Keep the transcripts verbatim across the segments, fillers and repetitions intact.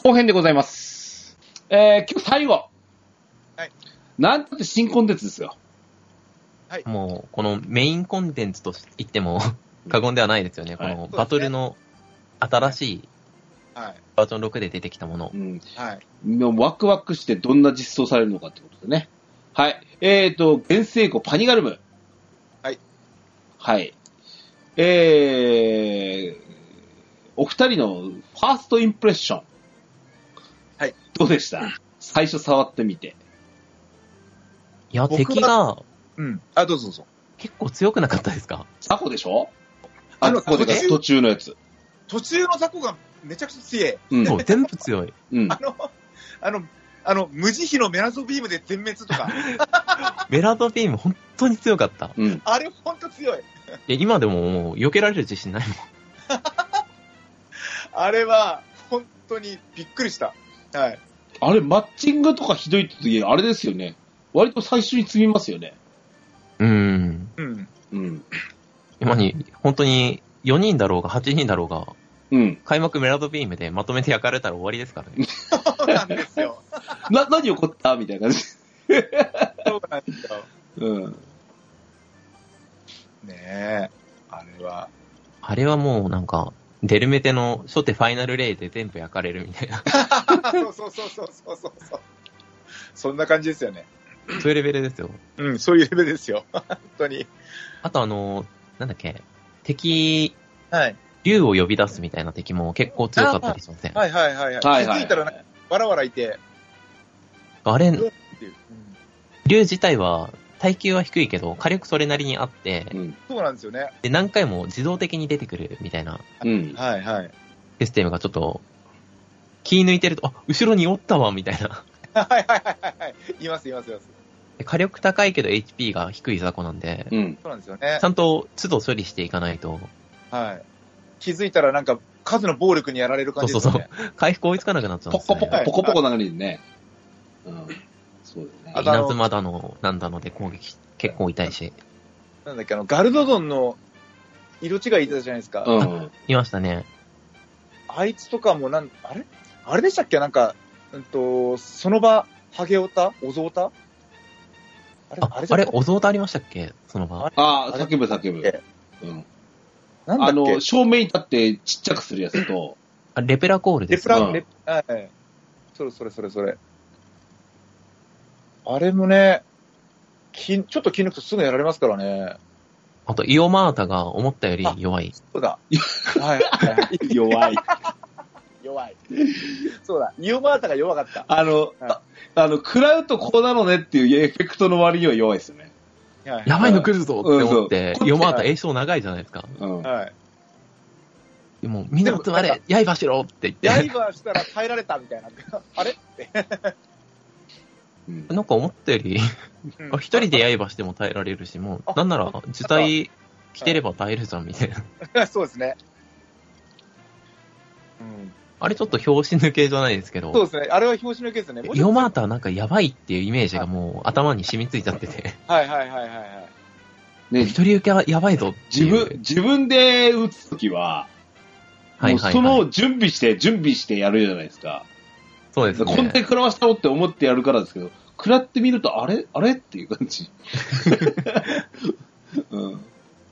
後編でございます。えー、今日最後。 はい。 なんたって新コンテンツですよ。 はい。もう、このメインコンテンツと言っても過言ではないですよね。はい、このバトルの新しいバージョンろくで出てきたもの。 うん。 はい。 もうワクワクしてどんな実装されるのかってことでね。はい。えーと、原生庫パニガルム。 はい。 はい。えー、お二人のファーストインプレッション。 はい。 どうでした？最初触ってみて。 いや、敵が、 うん。あ、どうぞどうぞ。 結構強くなかったですか？ ザコでしょ？あの、途中、途中のやつ。 途中のザコがめちゃくちゃ強い。 うん。そう、全部強い。 うん。 あの、あの、あの、無慈悲のメラゾビームで全滅とか。 メラゾビーム本当に強かった。 うん。 あれ本当強い。いや、今でももう避けられる自信ないもん。 あれは本当にびっくりした。はい。 あれ、マッチングとかひどいって時、あれですよね。割と最初に積みますよね。 うーん。 うん。 うん。 今に、本当によにんだろうがはちにんだろうが、 うん。 開幕メラドビームでまとめて焼かれたら終わりですからね。 そうなんですよ。 な、何起こったみたいな感じ。 そうなんですよ。 うん。 ねえ。あれは。 あれはもうなんか、デルメテの初手ファイナルレイで全部焼かれるみたいな。 そうそうそうそうそうそう。そんな感じですよね。 そういうレベルですよ。 うん、そういうレベルですよ。本当に。 あとあの、なんだっけ、敵、 はい。 竜を呼び出すみたいな敵も結構強かったりしません？ はいはいはいはい。 はいはい、 気づいたらなんか、わらわらいて。 あれ、 うん、 竜自体は、耐久は低いけど、火力それなりにあって、 うん、 そうなんですよね。 で、何回も自動的に出てくるみたいな、 うん、 はいはい。 システムがちょっと、気抜いてると、あ、後ろにおったわ、みたいな。 はいはいはいはい。いますいますいます。 火力高いけど エイチピー が低い雑魚なんで、 うん、 そうなんですよね。 ちゃんと都度処理していかないと。 はい。気づいたらなんか、数の暴力にやられる感じですよね。 そうそうそう。回復追いつかなくなっちゃうんポですよね。 コポコ、ポコポコなのにね。うん。そうだよね。 稲妻だの、なんだので攻撃結構痛いし。 なんだっけ、あの、ガルドドンの色違いいたじゃないですか。 うん。 いましたね。 あいつとかもなん、あれあれでしたっけなんか、うんと、その場、ハゲオタおぞおたあれあ、あれ、あれおぞおたありましたっけその場。 ああ、叫ぶ叫ぶ。うん。 なんだっけあの、 正面に立ってちっちゃくするやつと、 あ、レペラコールです。 レプラ、うん、レプ、はい。それそれそれそれ。あれもね、きちょっと気抜くとすぐやられますからね。 あと、イオマータが思ったより弱い。 そうだ。はい。 弱い。 弱い。そうだ。イオマータが弱かった。 あの、はい、あの、食らうとこうなのねっていうエフェクトの割には弱いですよね。 はい、やばいの来るぞって思って、イオマータ栄唱長いじゃないですか。 うん。 はい。 でも、みんな集まれ、刃しろって言って。 刃したら耐えられたみたいな。あれって。 なんか思ったより、一人で刃しても耐えられるし、もう、なんなら、自体着てれば耐えるじゃん、みたいな。そうですね。 うん。あれちょっと拍子抜けじゃないですけど。 そうですね。あれは拍子抜けですね。 イオマータはなんかやばいっていうイメージがもう頭に染みついちゃってて。 はいはいはいはいはい。 ね、 一人受けはやばいぞっていう。 自分、自分で撃つときは、はいはいはい、その準備して、準備してやるじゃないですか。 そうですね。 こんなに食らわしたろって思ってやるからですけど、食らってみると、あれあれっていう感じ。うん、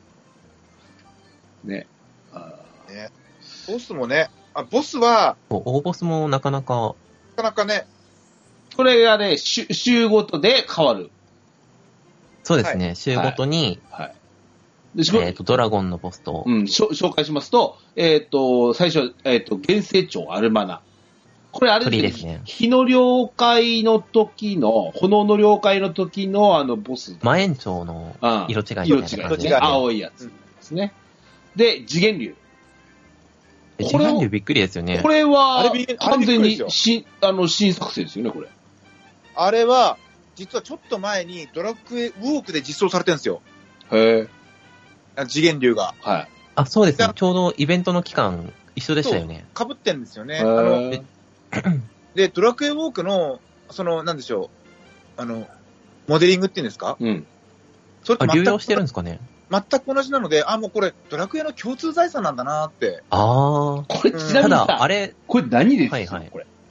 ね。 あね。ボスもね、あ、ボスは、 大ボスもなかなか、 なかなかね。 これがね、週、週ごとで変わる。 そうですね、はい、週ごとに、 はいはいえっ、ー、と、ドラゴンのボスと、 うん、しょ紹介しますと、えっ、ー、と、最初、えっ、ー、と、原生長アルマナ。これあれですね。火の了解の時の、炎の了解の時のあのボス。 魔延長の色違いみたいな感じ、 色違いですね。青いやつですね。うん、で、次元竜。 次元竜びっくりですよね。 これは、完全に新、あの、新作成ですよね、これ。 あれは、実はちょっと前にドラクエウォークで実装されてるんですよ。 へぇ。次元竜が。 はい。 あ、そうですね。ちょうどイベントの期間一緒でしたよね。 被ってんですよね。あので、で、ドラクエウォークの、その、なんでしょう。あの、モデリングっていうんですか？ うん。 それって流用してるんですかね？ 全く同じなので、あ、もうこれ、ドラクエの共通財産なんだなーって。 あー。 これ、ちなみにさ、 ただ、あれ、 これ何ですか、 はいはい、 これ。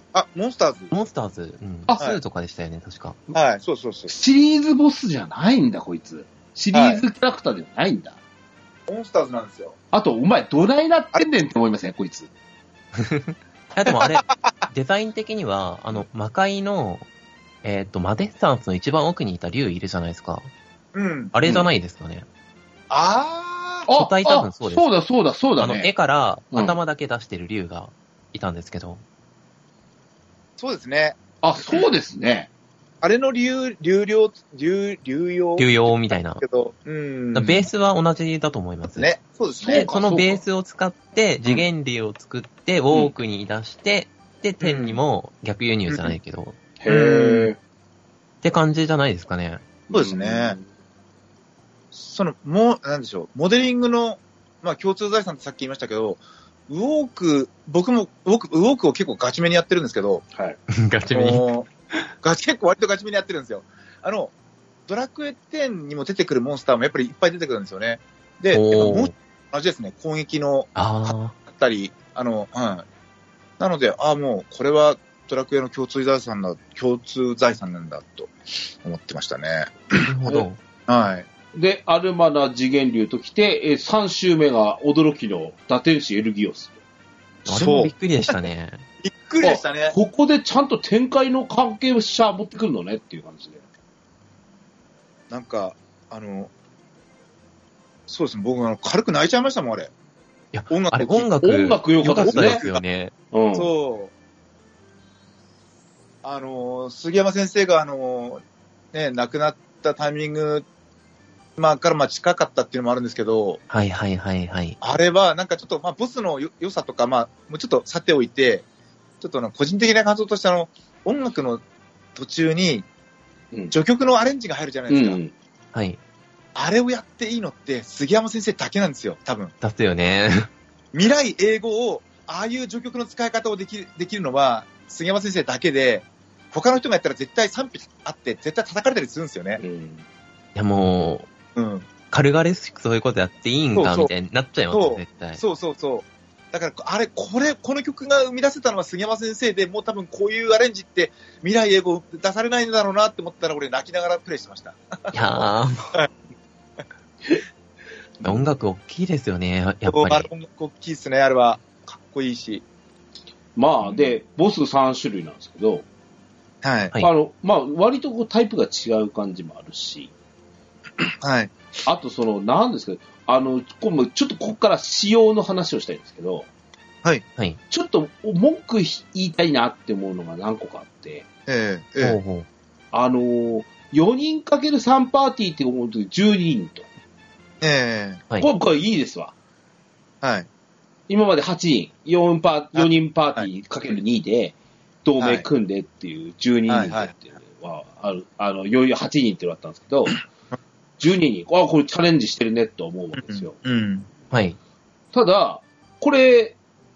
あ、モンスターズモンスターズ。うん。 あ、 ツーとかでしたよね、確か。 はい、そうそうそう。 シリーズボスじゃないんだ、こいつ。シリーズキャラクターではないんだ。 モンスターズなんですよ。 あと、お前、どないなってんねんって思いません、こいつ。いや、でもあれ、デザイン的には、あの、魔界の、えっと、マデッサンスの一番奥にいた竜いるじゃないですか。 うん。 あれじゃないですかね。 ああ初体多分そうです。 そうだ、そうだ、そうだね。 あの、絵から頭だけ出してる竜がいたんですけど。 そうですね。 あ、そうですね。 あれの流、流量、流、流用流用みたいな。 けど、うん。 ベースは同じだと思います。 ね。そうですね。で、そのベースを使って、次元竜を作って、ウォークに出して、で、天にも逆輸入じゃないけど。 へー。 って感じじゃないですかね。 そうですね。その、もう、なんでしょう、モデリングの、まあ共通財産ってさっき言いましたけど、ウォーク、僕もウォーク、ウォークを結構ガチめにやってるんですけど、 はい。 ガチめに。 ガチ、結構割とガチめにやってるんですよ。あの、ドラクエテンにも出てくるモンスターもやっぱりいっぱい出てくるんですよね。で、もう同じですね、攻撃の、あったり、あの、うん。なので、ああ、もう、これはドラクエの共通財産だ、共通財産なんだと思ってましたね。 なるほど。 はい。 で、アルマナ次元竜ときて、えさん週目が驚きの打天使エルギオス。 あれもびっくりでしたね。 びっくりでしたね。 ここでちゃんと展開の関係者持ってくるのねっていう感じで。 なんか、あの、そうですね、僕あの軽く泣いちゃいましたもん、あれ。いや、音楽、あれ音楽、 音楽良かったですね。 ですよね。 うん。そう。あの、杉山先生があの、ね、亡くなったタイミング、まあ、からまあ近かったっていうのもあるんですけど、 はいはいはいはい。 あれはなんかちょっと、まあ、ボスのよ良さとか、まあ、もうちょっとさておいて、ちょっとの個人的な感想としてあの、音楽の途中に、序曲のアレンジが入るじゃないですか。うん、 はい。 あれをやっていいのって、杉山先生だけなんですよ、多分。 だすよね。 未来英語を、ああいう序曲の使い方をできる、できるのは、杉山先生だけで、他の人がやったら絶対賛否あって、絶対叩かれたりするんですよね。うん、いやもう、うん、軽々しくそういうことやっていいんかみたいになっちゃいますよ、絶対。 そうそうそう。だから、あれ、これ、この曲が生み出せたのは杉山先生で、もう多分こういうアレンジって未来英語出されないんだろうなって思ったら、俺泣きながらプレイしてました。 いやー。音楽大きいですよね、やっぱり。音楽大きいですね、あれは。かっこいいし。 まあ、で、ボスさん種類なんですけど、 はい。 あの、まあ、割とこうタイプが違う感じもあるし、 はい。 あと、その、なんですけど、あの、ちょっとここから仕様の話をしたいんですけど、 はい。 はい。 ちょっと文句言いたいなって思うのが何個かあって、 ええ、ええ。 ほうほう。 あの、よにんかけるさん パーティーって思うとじゅうににんと。 ええ。 はい。これ、これいいですわ。 はい。 今まではちにん、よんパー、よにんパーティーかけるにで、同盟組んでっていうじゅうににんっていうのは、ある、あの、いよいよはちにんって言われたんですけど、じゅうににん、あ、これチャレンジしてるねって思うわけですよ。 うん。うん、 はい。 ただ、これ、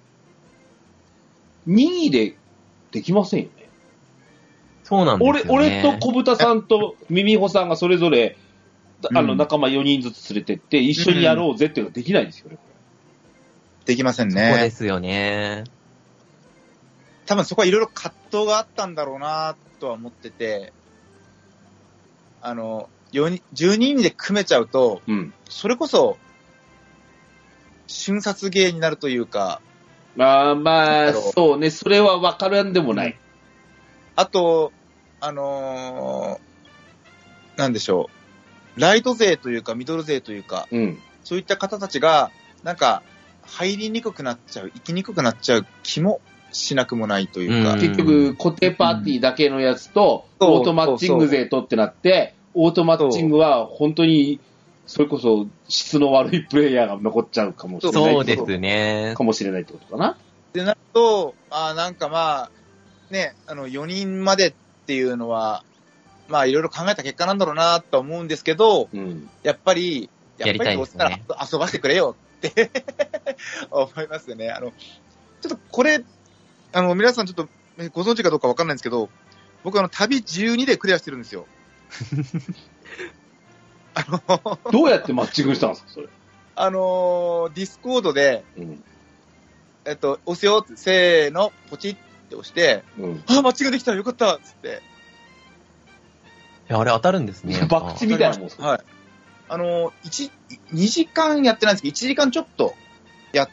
にいでできませんよね。 そうなんですよね。 俺、俺と小豚さんとミミホさんがそれぞれ、あの、仲間よにんずつ連れてって、一緒にやろうぜっていうのができないんですよね、これ。 できませんね。 そうですよね。 多分そこはいろいろ葛藤があったんだろうなとは思ってて、あの、よにん、じゅうににんで組めちゃうと、うん、それこそ、瞬殺芸になるというか。 まあまあ、そうね、それは分からんでもない。うん、 あと、あのー、なんでしょう。ライト勢というか、ミドル勢というか、うん、そういった方たちが、なんか、入りにくくなっちゃう、生きにくくなっちゃう気もしなくもないというか。 結局、固定パーティーだけのやつと、うん、オートマッチング勢とってなって、オートマッチングは本当に、それこそ質の悪いプレイヤーが残っちゃうかもしれない。 そうですね。 かもしれないってことかな。 でなると、あなんかまあ、ね、あの、よにんまでっていうのは、まあいろいろ考えた結果なんだろうなと思うんですけど、うん、やっぱり、やっぱりどうしたら遊ばせてくれよって思いますよね。あの、ちょっとこれ、あの、皆さんちょっとご存知かどうかわかんないんですけど、僕あの、旅じゅうにでクリアしてるんですよ。 あのどうやってマッチングしたんですか、それ。 あのー、ディスコードで、うん、えっと、押すよ、せーの、ポチッってって押して、うん、あ、マッチングできたよかったっつって。 いや、あれ当たるんですね。 バクチみたいなもんですか？ はい。あの、いち、にじかんやってないんですけど、いちじかんちょっとやって、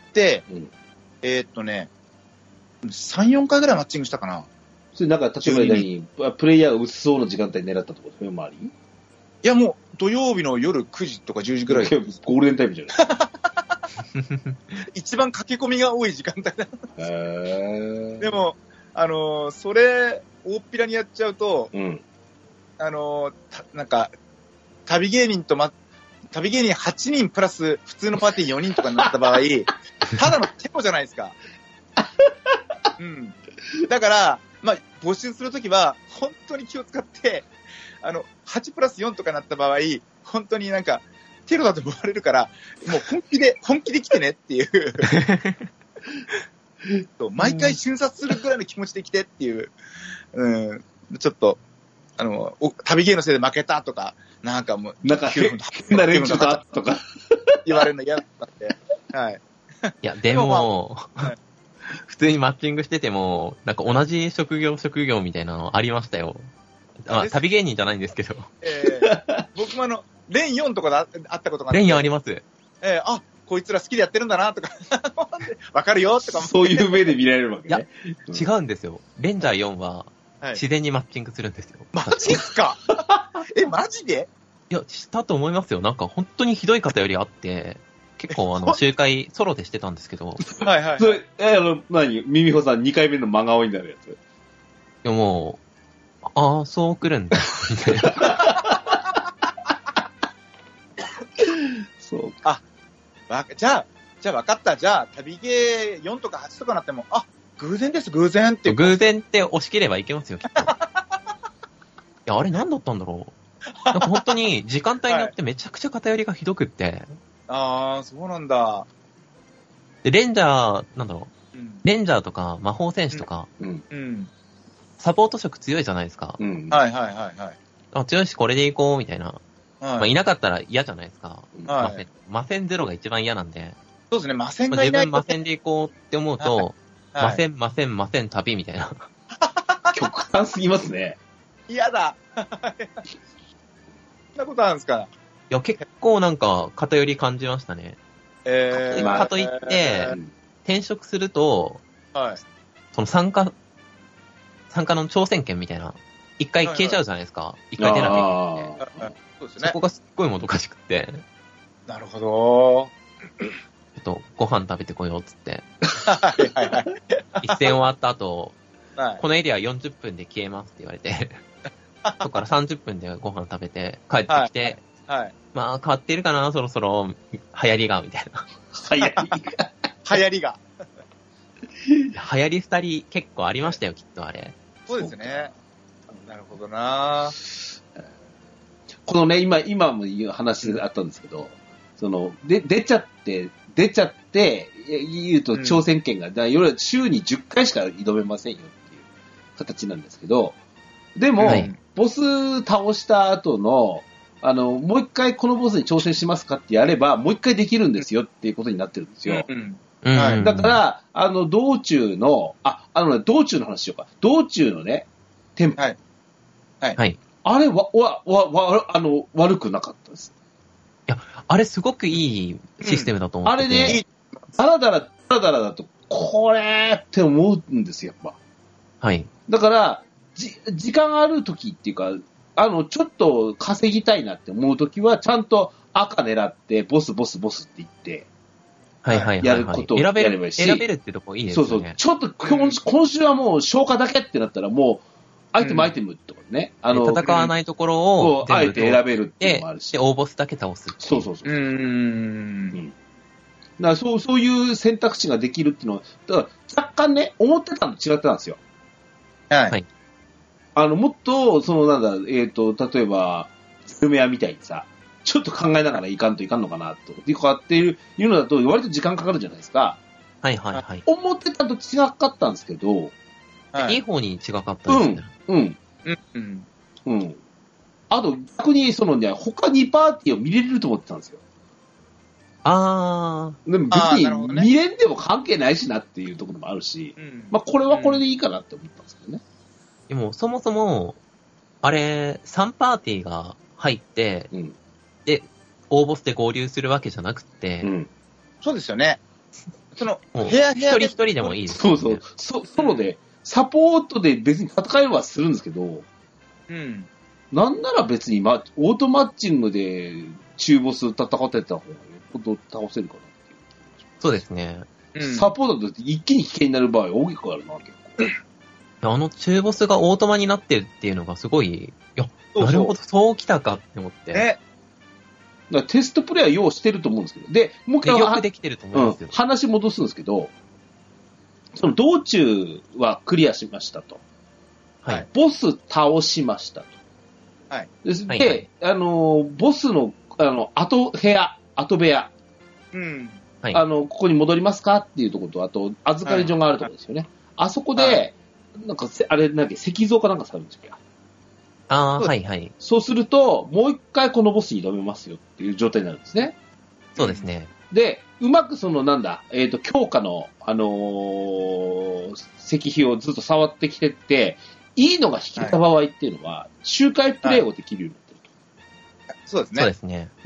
うん、えー、っとね、さん、よんかいぐらいマッチングしたかな。 それなんか、例えばに、プレイヤーが薄そうな時間帯狙ったってことですね、周り？ いや、もう、土曜日の夜くじとかじゅうじぐらい。ゴールデンタイムじゃないですか。 一番駆け込みが多い時間帯だ。 へー。 でも、あのー、それ、大っぴらにやっちゃうと、うん、あのー、なんか、旅芸人とま、旅芸人はちにんプラス普通のパーティーよにんとかになった場合、ただのテコじゃないですか。うん。だから、まあ、募集するときは、本当に気を使って、あの、はちプラスよんとかになった場合、本当になんか、テロだと思われるから、もう本気で、本気で来てねっていう。毎回瞬殺するぐらいの気持ちで来てっていう。うん。ちょっと、あの、旅芸のせいで負けたとか、なんかもう、 なんか変な連中だとか言われるの嫌だったんで。はい。 いや、でも、まあはい、普通にマッチングしてても、なんか同じ職業職業みたいなのありましたよ。まあ、旅芸人じゃないんですけど。 えー、僕もあの、レンよんとかで会ったことがあって。 レンよんあります。 えー、あ、こいつら好きでやってるんだなとか、わかるよとか。 そういう目で見られるわけね。 いや、違うんですよ。レンジャーよんは、自然にマッチングするんですよ。 マジっすか？え、マジで？ いや、したと思いますよ。なんか本当にひどい方よりあって、結構あの、集会ソロでしてたんですけど。 はいはい。 それ、え、あの、何ミミホさんにかいめの真顔になるやつ。いやもう、ああ、そう来るんだ、みたいな。 そう。あ、わじゃあ、じゃあ分かった。じゃあ、旅芸よんとかはちとかなっても、あ、偶然です、偶然って。 偶然って押し切ればいけますよ、きっと。いや、あれ何だったんだろう。なんか本当に時間帯によってめちゃくちゃ偏りがひどくって。はい、 ああ、そうなんだ。 で、レンジャー、なんだろう。うん、レンジャーとか魔法戦士とか、うんうん、サポート色強いじゃないですか。 うん、はいはいはいはい。 あ、強いしこれでいこうみたいな。はい、まあ、いなかったら嫌じゃないですか。はい、魔戦ゼロが一番嫌なんで。 そうですね、魔戦がいないと。 自分魔戦で行こうって思うと、はいはい、魔戦、魔戦、魔戦、旅みたいな。 極端すぎますね。 嫌だ。そんなことあるんですか？ いや、結構なんか偏り感じましたね。えー、かといって、えー、転職すると、はい、その参加、参加の挑戦権みたいな、一回消えちゃうじゃないですか。一、はいはい、回出なきゃいけないんで。そうですね。そこがすっごいもどかしくて。 なるほど。 ちょっとご飯食べてこようっつって。はいはいはい。一戦終わった後、はい、このエリアよんじゅっぷんで消えますって言われて、そこからさんじゅっぷんでご飯食べて帰ってきて、はいはい、まあ変わっているかな、そろそろ流行りが、みたいな。 流行りが。 流行りが。 流行り二人結構ありましたよ、きっとあれ。 そうですね。なるほどな。 このね、今、今も言う話あったんですけど、その、で、出ちゃって、出ちゃって、言うと挑戦権が、うん、だいわゆる週にじゅっかいしか挑めませんよっていう形なんですけど、でも、はい、ボス倒した後の、あの、もう一回このボスに挑戦しますかってやれば、もう一回できるんですよっていうことになってるんですよ。うんうん、はい。だから、あの、道中の、あ、あのね、道中の話しようか。道中のね、テンポ。はい。はい。あれは、わ、わ、わ、あの、悪くなかったです。 いや、あれすごくいいシステムだと思ってて、うん、 あれね、ダラダラ、ダラダラだと、これって思うんですよ、やっぱ。はい。 だから、じ、時間ある時っていうか、あの、ちょっと稼ぎたいなって思う時は、ちゃんと赤狙って、ボス、ボス、ボスって言って、 はいはいはい、はい。 やることをやればいいし。 選べるってとこいいですね。そうそう。 ちょっと今、今週はもう消化だけってなったら、もう、アイテム、アイテムってことね。 あの、戦わないところをあえて選べるっていうのもあるし。 で、大ボスだけ倒す。 そうそうそう。 うーん。 だからそう、そういう選択肢ができるっていうのは、だから若干ね、思ってたのと違ってたんですよ。 はい。 あの、もっと、その、なんだ、えっと、例えば、ゼルメアみたいにさ、ちょっと考えながらいかんといかんのかな、と。で、こうやっていうのだと、割と時間かかるじゃないですか。 はいはいはい。 思ってたと違かったんですけど、 はい、いい方に違かったですね。 うん。うん。うん。うん。あと、逆に、そのね、他にパーティーを見れると思ってたんですよ。 あー。でも別に見れんでも関係ないしなっていうところもあるし、うん、まあこれはこれでいいかなって思ったんですけどね。 うん、でもそもそも、あれ、さんパーティーが入って、うん、で、応募して合流するわけじゃなくて、うん、 そうですよね。その、 部屋、部屋で一人でもいいです、 ね。そうそう。そ、ソロで、サポートで別に戦えはするんですけど、うん。なんなら別に、ま、オートマッチングで中ボス戦ってた方がよっぽど倒せるかなっていう。 そうですね。 サポートだと一気に危険になる場合大きくあるな、結構。 あの中ボスがオートマになってるっていうのがすごい、いや、そうそうなるほど、そうきたかって思って。 ね。だからテストプレイは用意してると思うんですけど、で、もう一回よくできてると思いますよ、 うん。話戻すんですけど、その道中はクリアしましたと。はい。ボス倒しましたと。はい。で、はいはい、あの、ボスの、あの、後部屋、後部屋。うん。はい。あの、ここに戻りますかっていうところと、あと、預かり所があるところですよね。はい、あそこで、はい、なんか、あれ、なんだっけ、石像かなんかされるんですよ。 ああ、はいはい。 そうすると、もう一回このボスに挑めますよっていう状態になるんですね。 そうですね。 で、うまくそのなんだ、えっ、ー、と、強化の、あのー、石碑をずっと触ってきてって、いいのが引けた場合っていうのは、はい、周回プレイをできるようになってると。 はい、そうですね。 そうですね。 うん。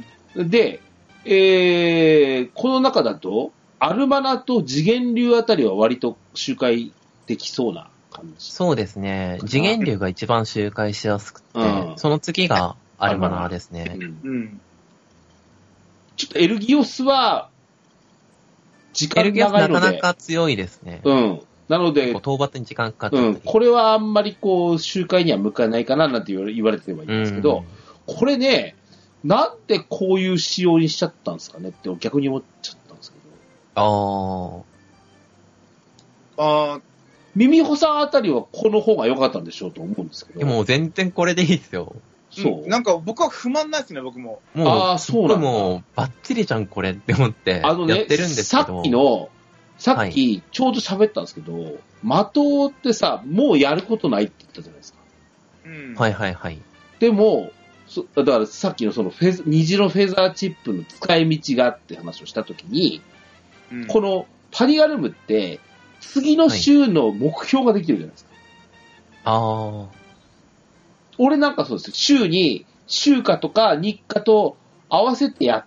うん、で、えー、この中だと、アルマナと次元流あたりは割と周回できそうな感じ。 そうですね。次元流が一番周回しやすくて、うん、その次がアルマナですね。うん。うん、 ちょっとエルギオスは、時間長いので。エルギオスなかなか強いですね。 うん。なので、 討伐に時間かかってうん。これはあんまりこう、周回には向かないかななんて言われてればいいんですけど、うん、これね、なんでこういう仕様にしちゃったんですかねって逆に思っちゃったんですけど。ああ。ああ。耳ほさんあたりはこの方が良かったんでしょうと思うんですけど。 でも全然これでいいですよ。 そう、うん。なんか僕は不満ないですね、僕も。 もう、ああ、そうなんだ。もう、バッチリじゃん、これって思って。あのね、やってるんですけど。 さっきの、さっきちょうど喋ったんですけど、はい、的ってさ、もうやることないって言ったじゃないですか。 うん。はいはいはい。 でも、そだからさっきのそのフェ虹のフェザーチップの使い道がって話をしたときに、うん、このパリガルムって次の週の目標ができるじゃないですか。 はい、ああ。 俺なんかそうです。週に週課とか日課と合わせてやって、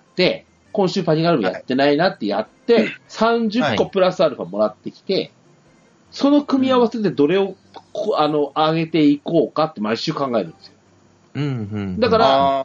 今週パリガルムやってないなってやって、はい、さんじゅっこプラスアルファもらってきて、はい、その組み合わせでどれを、あの、上げていこうかって毎週考えるんですよ。 うんうん、 だから、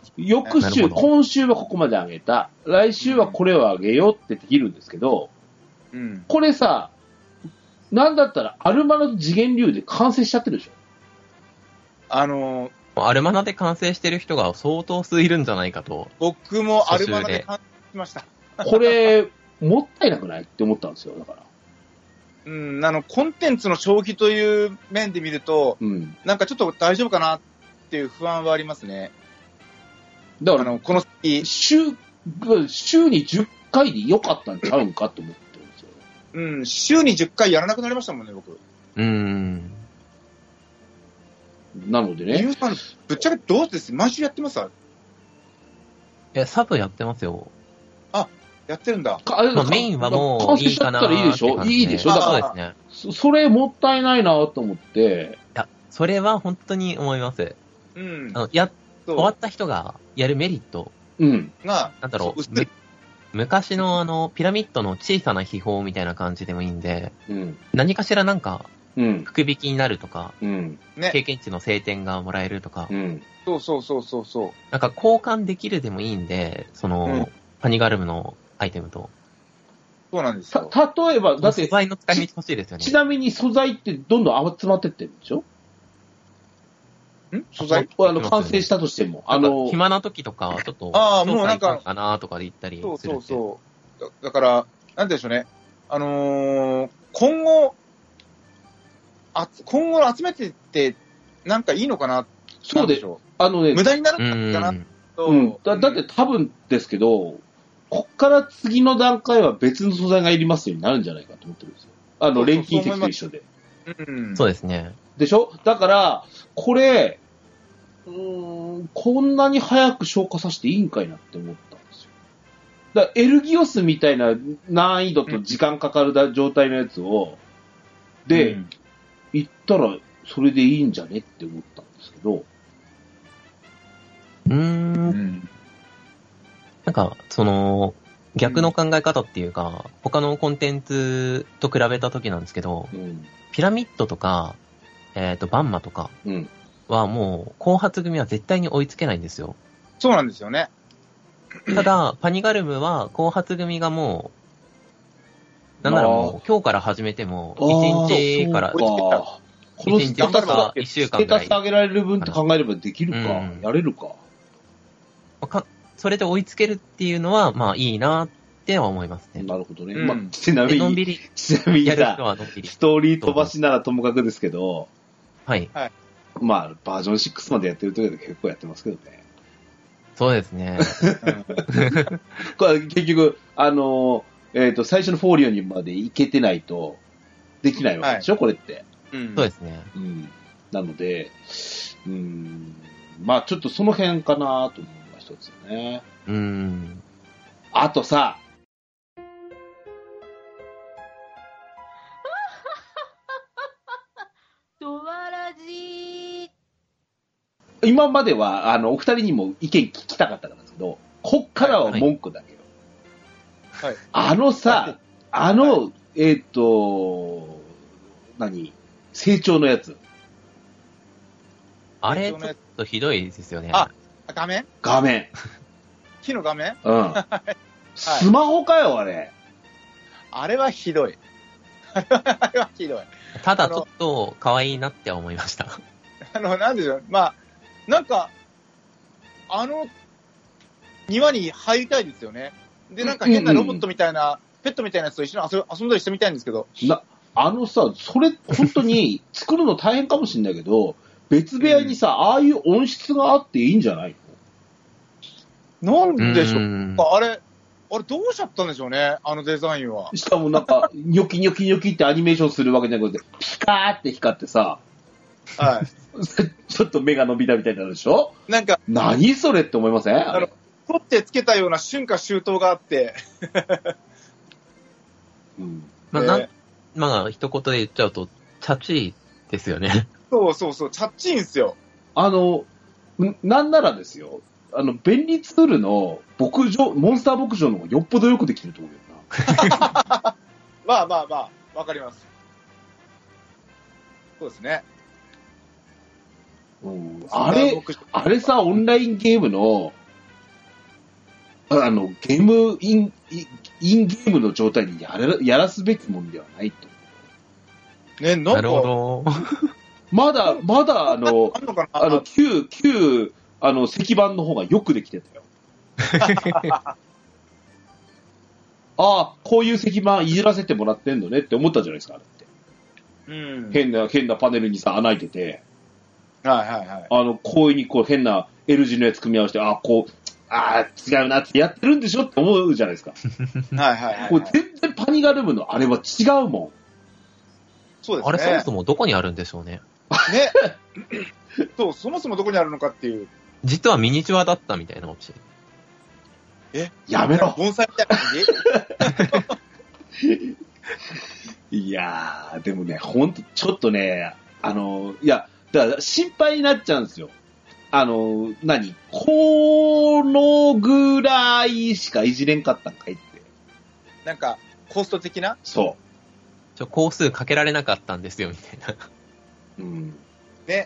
翌週、今週はここまで上げた。来週はこれを上げようってできるんですけど、うん、これさ、なんだったらアルマナと次元流で完成しちゃってるでしょ。 あのー、アルマナで完成してる人が相当数いるんじゃないかと。 僕もアルマナで完成しました。 これ、もったいなくないって思ったんですよ、だから。 うん、あの、コンテンツの消費という面で見ると、うん、なんかちょっと大丈夫かなっていう不安はありますね。 だから、あの、この週、週にじゅっかいで良かったんちゃうんかと思ってるんですよ。 うん、週にじゅっかいやらなくなりましたもんね、僕。 うん。 なのでね。 ゆうさん、ぶっちゃけどうです毎週やってますえ、サブやってますよ。 あ、やってるんだ。 あまあ、メインはもういいかなーって感じで。 完成しちゃったらいいでしょいいでしょだから、そうですね。そ, それもったいないなと思って。 いや、それは本当に思います。うん。あの、や、終わった人がやるメリット。 うん。 が、なんだろう、む昔のあの、ピラミッドの小さな秘宝みたいな感じでもいいんで、うん、何かしらなんか、うん、福引きになるとか、うんね、経験値の晴天がもらえるとか、 うん、そうそうそうそうそう。 なんか交換できるでもいいんで、その、うん、パニガルムのアイテムと。 そうなんですよ。 た、例えば、だって、 素材の使い道欲しいですよね。 ちなみに素材ってどんどん集まってってるんでしょん素材あの、完成したとしても。 あの、暇な時とか、ちょっと、 ああ、もうなんか、 かなとかで言ったりする。 そうそうそうだ。だから、なんでしょうね。あのー、今後、あ、今後集めてって、なんかいいのかなそうでしょ。あのね、 無駄になるのかなと。 うん。だ、だって多分ですけど、こっから次の段階は別の素材がいりますようになるんじゃないかと思ってるんですよ。あの、錬金石と一緒で。 うん。そうですね。 でしょだから、これ、うーん、こんなに早く消化させていいんかいなって思ったんですよ。 だからエルギオスみたいな難易度と時間かかる状態のやつを、で、うん、行ったらそれでいいんじゃねって思ったんですけど。 うーん。うんなんか、その、逆の考え方っていうか、うん、他のコンテンツと比べた時なんですけど、うん、ピラミッドとか、えっと、バンマとかはもう、後発組は絶対に追いつけないんですよ。 そうなんですよね。 ただ、パニガルムは後発組がもう、なんならもう、今日から始めても、いちにちから、 このステータスがいっしゅうかんぐらい。ステータス上げられる分って考えればできるか、うん、やれるか。 かそれで追いつけるっていうのは、まあいいなっては思いますね。 なるほどね。うん、まあ、ちなみに、のんびりちなみにさ、ストーリー飛ばしならともかくですけど、 はい。 まあ、バージョンろくまでやってる時は結構やってますけどね。 そうですね。 これ結局、あの、えっ、ー、と、最初のフォーリオにまで行けてないと、できないわけでしょ、はい、これって。 うん、そうですね。 うん。なので、うん、まあちょっとその辺かなと思う。一つね。 うーん。 あとさ、 ドワラジ今までは、あの、お二人にも意見聞きたかったんですけど、こっからは文句だけど。 はい。 あのさ、はい、あの、はい、えっ、ー、と、何成長のやつ。 あれ、ちょっとひどいですよね。 あ、画面画面。 木の画面うん。スマホかよ、あれ。 あれはひどい。あれはひどい。 ただちょっと可愛いなって思いました。 あの、なんでしょう。まあ、なんか、あの、庭に入りたいですよね。で、なんか変なロボットみたいな、うんうん、ペットみたいなやつと一緒に遊遊んだりしてみたいんですけど。 な、あのさ、それ、本当に作るの大変かもしれないけど、別部屋にさ、うん、ああいう音質があっていいんじゃないの？なんでしょう、うん、あれ、あれどうしちゃったんでしょうね、あのデザインは。 しかもなんか、ニョキニョキニョキってアニメーションするわけじゃなくて、ピカーって光ってさ、 はい。 ちょっと目が伸びたみたいになるでしょ？ なんか、 何それって思いません？あの、取ってつけたような春夏秋冬があって。 うん。まあ、な、まあ、一言で言っちゃうと、チャチーですよね。 そうそうそう、チャッチーんすよ。 あの、なんならですよ、あの、便利ツールの牧場、モンスター牧場の方がよっぽどよくできてると思うよな。まあまあまあ、わかります。そうですね。 うん、あれ、あれさ、オンラインゲームの、あの、ゲームイン、インゲームの状態にやら、やらすべきもんではないと。 ね、なんか。 なるほど。 まだ、まだ、あの、あ, のあの、旧、旧、あの、石板の方がよくできてたよ。ああ、こういう石板いじらせてもらってんのねって思ったじゃないですか、あれって。 うん。 変な、変なパネルにさ、穴開いてて。 はいはいはい。 あの、こういうにこう変な L 字のやつ組み合わせて、ああ、こう、ああ、違うなってやってるんでしょって思うじゃないですか。 はいはいはい、はい。 これ全然パニガルムのあれは違うもん。 そうですね。 あれそもそもどこにあるんでしょうね。 ね。そう、そもそもどこにあるのかっていう。 実はミニチュアだったみたいなオチ。 えやめろ。 盆栽みたいな感じいやー、でもね、ほんと、ちょっとね、あの、いや、だから心配になっちゃうんですよ。あの、何このぐらいしかいじれんかったんかいって。 なんか、コスト的な？ そう。 ちょ、工数かけられなかったんですよ、みたいな。 うん。 ね。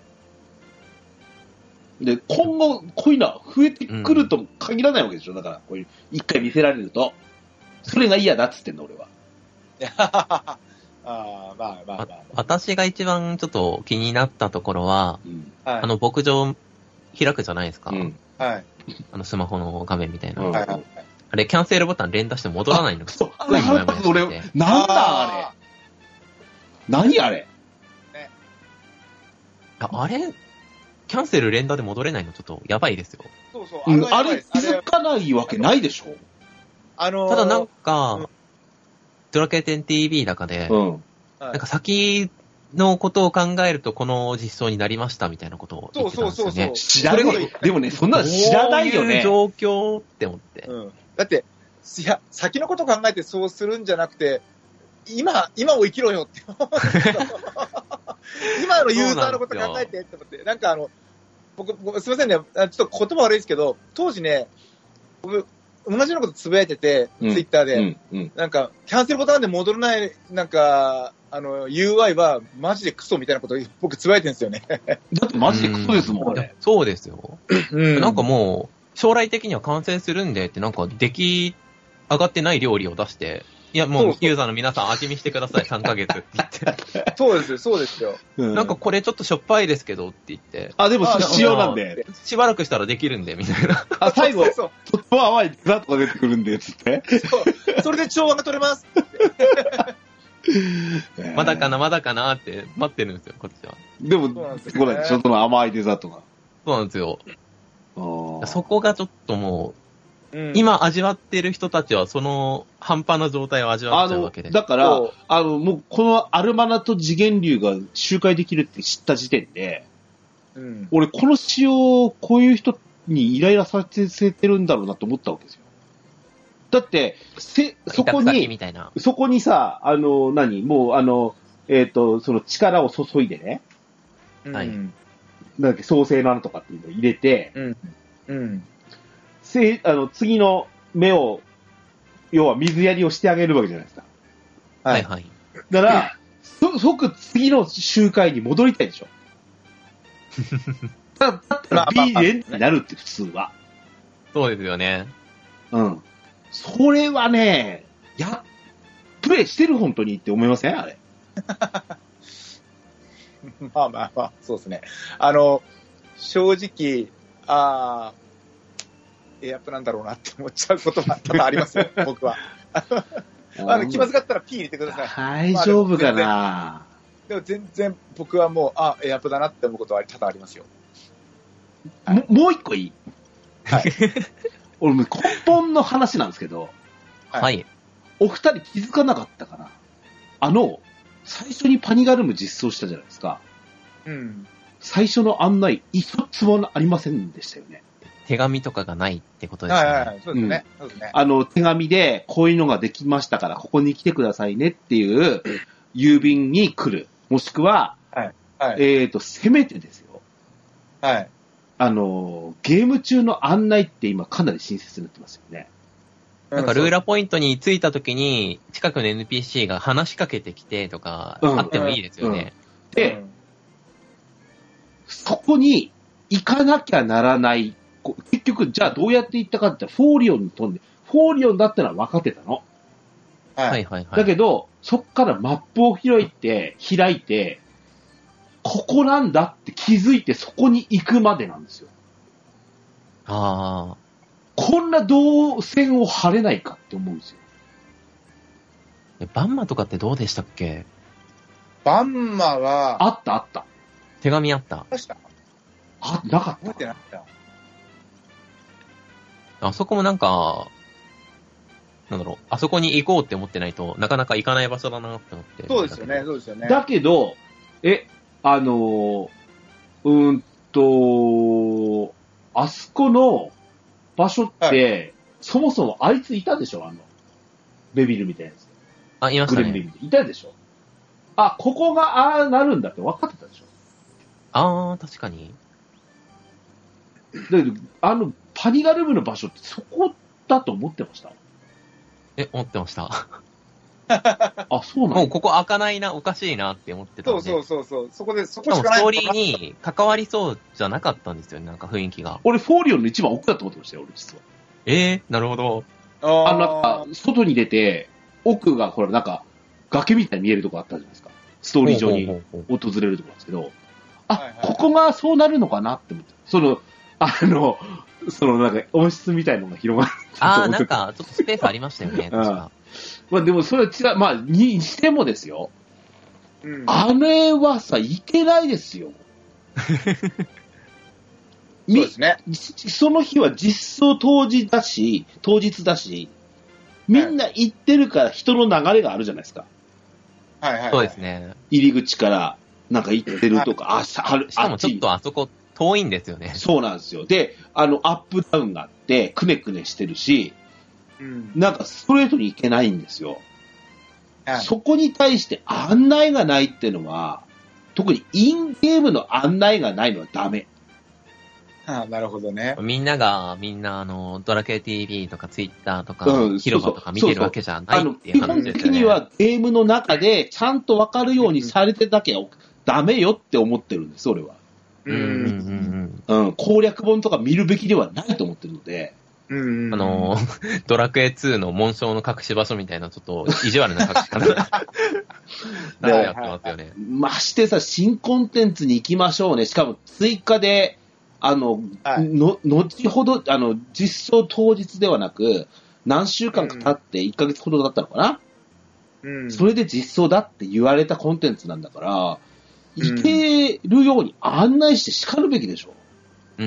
で、今後、こういうのは増えてくると限らないわけでしょ、うん、だから、こういう、一回見せられると。それが嫌だっつってんの、俺は。 ああ、まあまあまあ、まあ。 私が一番ちょっと気になったところは、うんはい、あの、牧場開くじゃないですか。うん、 はい。 あの、スマホの画面みたいな。 うん、 あれ、キャンセルボタン連打して戻らないの。 そう、あれ、俺、なんだあれ。何あれ。 ね、 あ, あれキャンセル連打で戻れないのちょっとやばいですよ。 そうそう。あ, うん、あれ気づかないわけないでしょ。 あのー、 ただなんか、うん、ドラケーテン ティーブイ 中で、 うん、 なんか先のことを考えるとこの実装になりましたみたいなことを言ってたんですよね。そうそうそうそう。 知らない。でもね、そんなの知らないよね。 そういう状況って思って。 うん。だって、 いや、先のこと考えてそうするんじゃなくて、今、今を生きろよって思うんですけど、今のユーザーのこと考えてって思って、なんかあの、僕、僕すみませんね、ちょっと言葉悪いですけど、当時ね、僕、同じようなことつぶやいてて、ツイッターで、うんうん、なんか、キャンセルボタンで戻らない、なんか、あの、ユーアイ はマジでクソみたいなこと僕つぶやいてるんですよね。 だってマジでクソですもん、あれ。 そうですよ。うん、なんかもう、将来的には完成するんでって、なんか出来上がってない料理を出して、いや、もう、ユーザーの皆さん味見してください、さんかげつって言って。 そうですよ、そうですよ。 なんかこれちょっとしょっぱいですけどって言って。 あ、でも塩なんで。 しばらくしたらできるんで、みたいな。 あ、最後、ちょっと淡いデザートが出てくるんで、つって。 そう。それで調和が取れますって。 まだかな、まだかなって待ってるんですよ、こっちは。 でも、これでしょ、その甘いデザートが。 そうなんですよ。そこがちょっともう、うん、今味わってる人たちはその半端な状態を味わっちゃうわけで。 だから、あの、もうこのアルマナと次元流が周回できるって知った時点で、うん、俺この仕様をこういう人にイライラさせてるんだろうなと思ったわけですよ。だって、せ、そこに、そこにさ、あの、何もうあの、えっと、その力を注いでね、はい。なんだっけ、創生の穴とかっていうのを入れて、うん。うんせあの次の目を、要は水やりをしてあげるわけじゃないですか。 はいはい。 だから、そ即次の周回に戻りたいでしょ。だったら B 連になるって普通は。 そうですよね。 うん。それはね、や、プレイしてる本当にって思いませんあれ。 まあまあまあ、そうですね。あの、正直、あー、エアプなんだろうなって思っちゃうことは多々ありますよ、僕は。あの、気まずかったら P 入れてください。大丈夫かな、まあ、でも全然僕はもう、あ、エアプだなって思うことは多々ありますよ。 はい、も, もう一個いいはい。俺、根本の話なんですけど、 はい。 お二人気づかなかったかなあの、最初にパニガルム実装したじゃないですか。うん。最初の案内、一つもありませんでしたよね。 手紙とかがないってことですね。 はいはい、そうですね。うん、そうですね。 あの、手紙で、こういうのができましたから、ここに来てくださいねっていう、郵便に来る。もしくは、はいはい、えっと、せめてですよ。はい。あの、ゲーム中の案内って今かなり親切になってますよね。 なんかルーラポイントに着いた時に、近くの エヌピーシー が話しかけてきてとか、うん、あってもいいですよね。 うん、で、うん、そこに行かなきゃならない、結局、じゃあどうやって行ったかって言ったら、フォーリオンに飛んで、フォーリオンだったのは分かってたの。 はいはいはい。 だけど、そっからマップを開いて、開いて、ここなんだって気づいてそこに行くまでなんですよ。 ああ。 こんな動線を張れないかって思うんですよ。 え、バンマとかってどうでしたっけ？ バンマは、 あったあった。 手紙あった。 どうしたあ、なかった。 覚えてなかった。 あそこもなんか、なんだろう、あそこに行こうって思ってないとなかなか行かない場所だなって思って。 そうですよね、そうですよね。 だけど、え、あの、うーんと、あそこの場所って、はい、そもそもあいついたでしょあの、ベビルみたいなやつ。 あ、いましたね。 グレムリンみたいな。いたでしょあ、ここがああなるんだって分かってたでしょあー、確かに。 だけど、あの、パニガルムの場所ってそこだと思ってましたえ、思ってました。 あ、そうなのもうここ開かないな、おかしいなって思ってたんで。 そうそうそうそう。そこで、そこしかない。 ストーリーに関わりそうじゃなかったんですよね、なんか雰囲気が。 俺、フォーリオンの一番奥だと思ってましたよ、俺実は。 ええー、なるほど。 あの、なんか、外に出て、奥が、ほら、なんか、崖みたいに見えるとこあったじゃないですか。ストーリー上に訪れるとこなんですけど、あ、はいはい、ここがそうなるのかなって思って。その、あの、そのなんか温室みたいなのが広がる。 ああ、なんかちょっとスペースありましたよね、確か。 まあでもそれは違う、まあにしてもですよ。うん、あれはさ、いけないですよ。 そうですね。 その日は実装当日だし、当日だし、みんな行ってるから人の流れがあるじゃないですか。 はいはい、はい。そうですね。 入り口からなんか行ってるとか、 はい、あ、しかもちょっとあそこ遠いんですよね。 そうなんですよ。で、あの、アップダウンがあって、くねくねしてるし、 うん、なんかストレートにいけないんですよ。はい、そこに対して案内がないっていうのは、特にインゲームの案内がないのはダメ。 ああ、なるほどね。 みんなが、みんな、あの、ドラクエ ティーブイ とかツイッターとか、うん、広場とか見てるわけじゃないっていう話ですよね。 基本的にはゲームの中でちゃんとわかるようにされてなきゃダメよって思ってるんです、俺は。 うんうんうん。うん。攻略本とか見るべきではないと思ってるので。 うん。あの、ドラクエツーの紋章の隠し場所みたいな、ちょっと意地悪な隠し方でやってますよね。 ましてさ、新コンテンツに行きましょうね。しかも追加で、あの、はい、の、後ほど、あの、実装当日ではなく、何週間か経っていっかげつほどだったのかな、うん、それで実装だって言われたコンテンツなんだから、行けるように案内して叱るべきでしょ。 うん。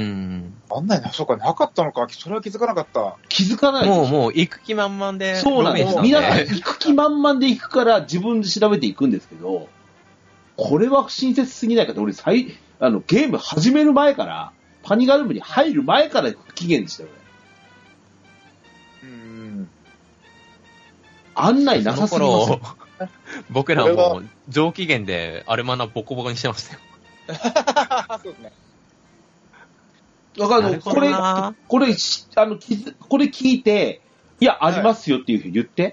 案内な、そうか、なかったのか。それは気づかなかった。 気づかないもう、もう、行く気満々で。 そうなんです。皆さん、行く気満々で行くから、自分で調べていくんですけど、これは不親切すぎないかって、俺、最、あの、ゲーム始める前から、パニガルームに入る前から不機嫌でしたよ、 うん。 案内なさすぎます。 僕らも上機嫌でアルマナボコボコにしてましたよ。 そうですね。 だから、これ、これ、あの、これ聞いて、いや、ありますよっていうふうに言って。はい、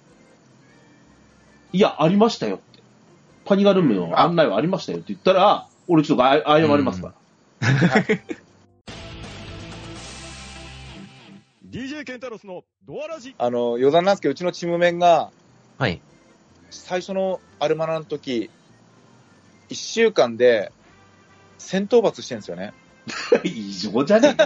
いや、ありましたよって。パニガルームの案内はありましたよって言ったら、俺ちょっと謝りますから。はい、 ディージェー ケンタロスのドアラジ。 あの、余談なんですけど、うちのチームメンが、 はい。 最初のアルマナの時、一週間で戦闘罰してるんですよね。 異常じゃねえか。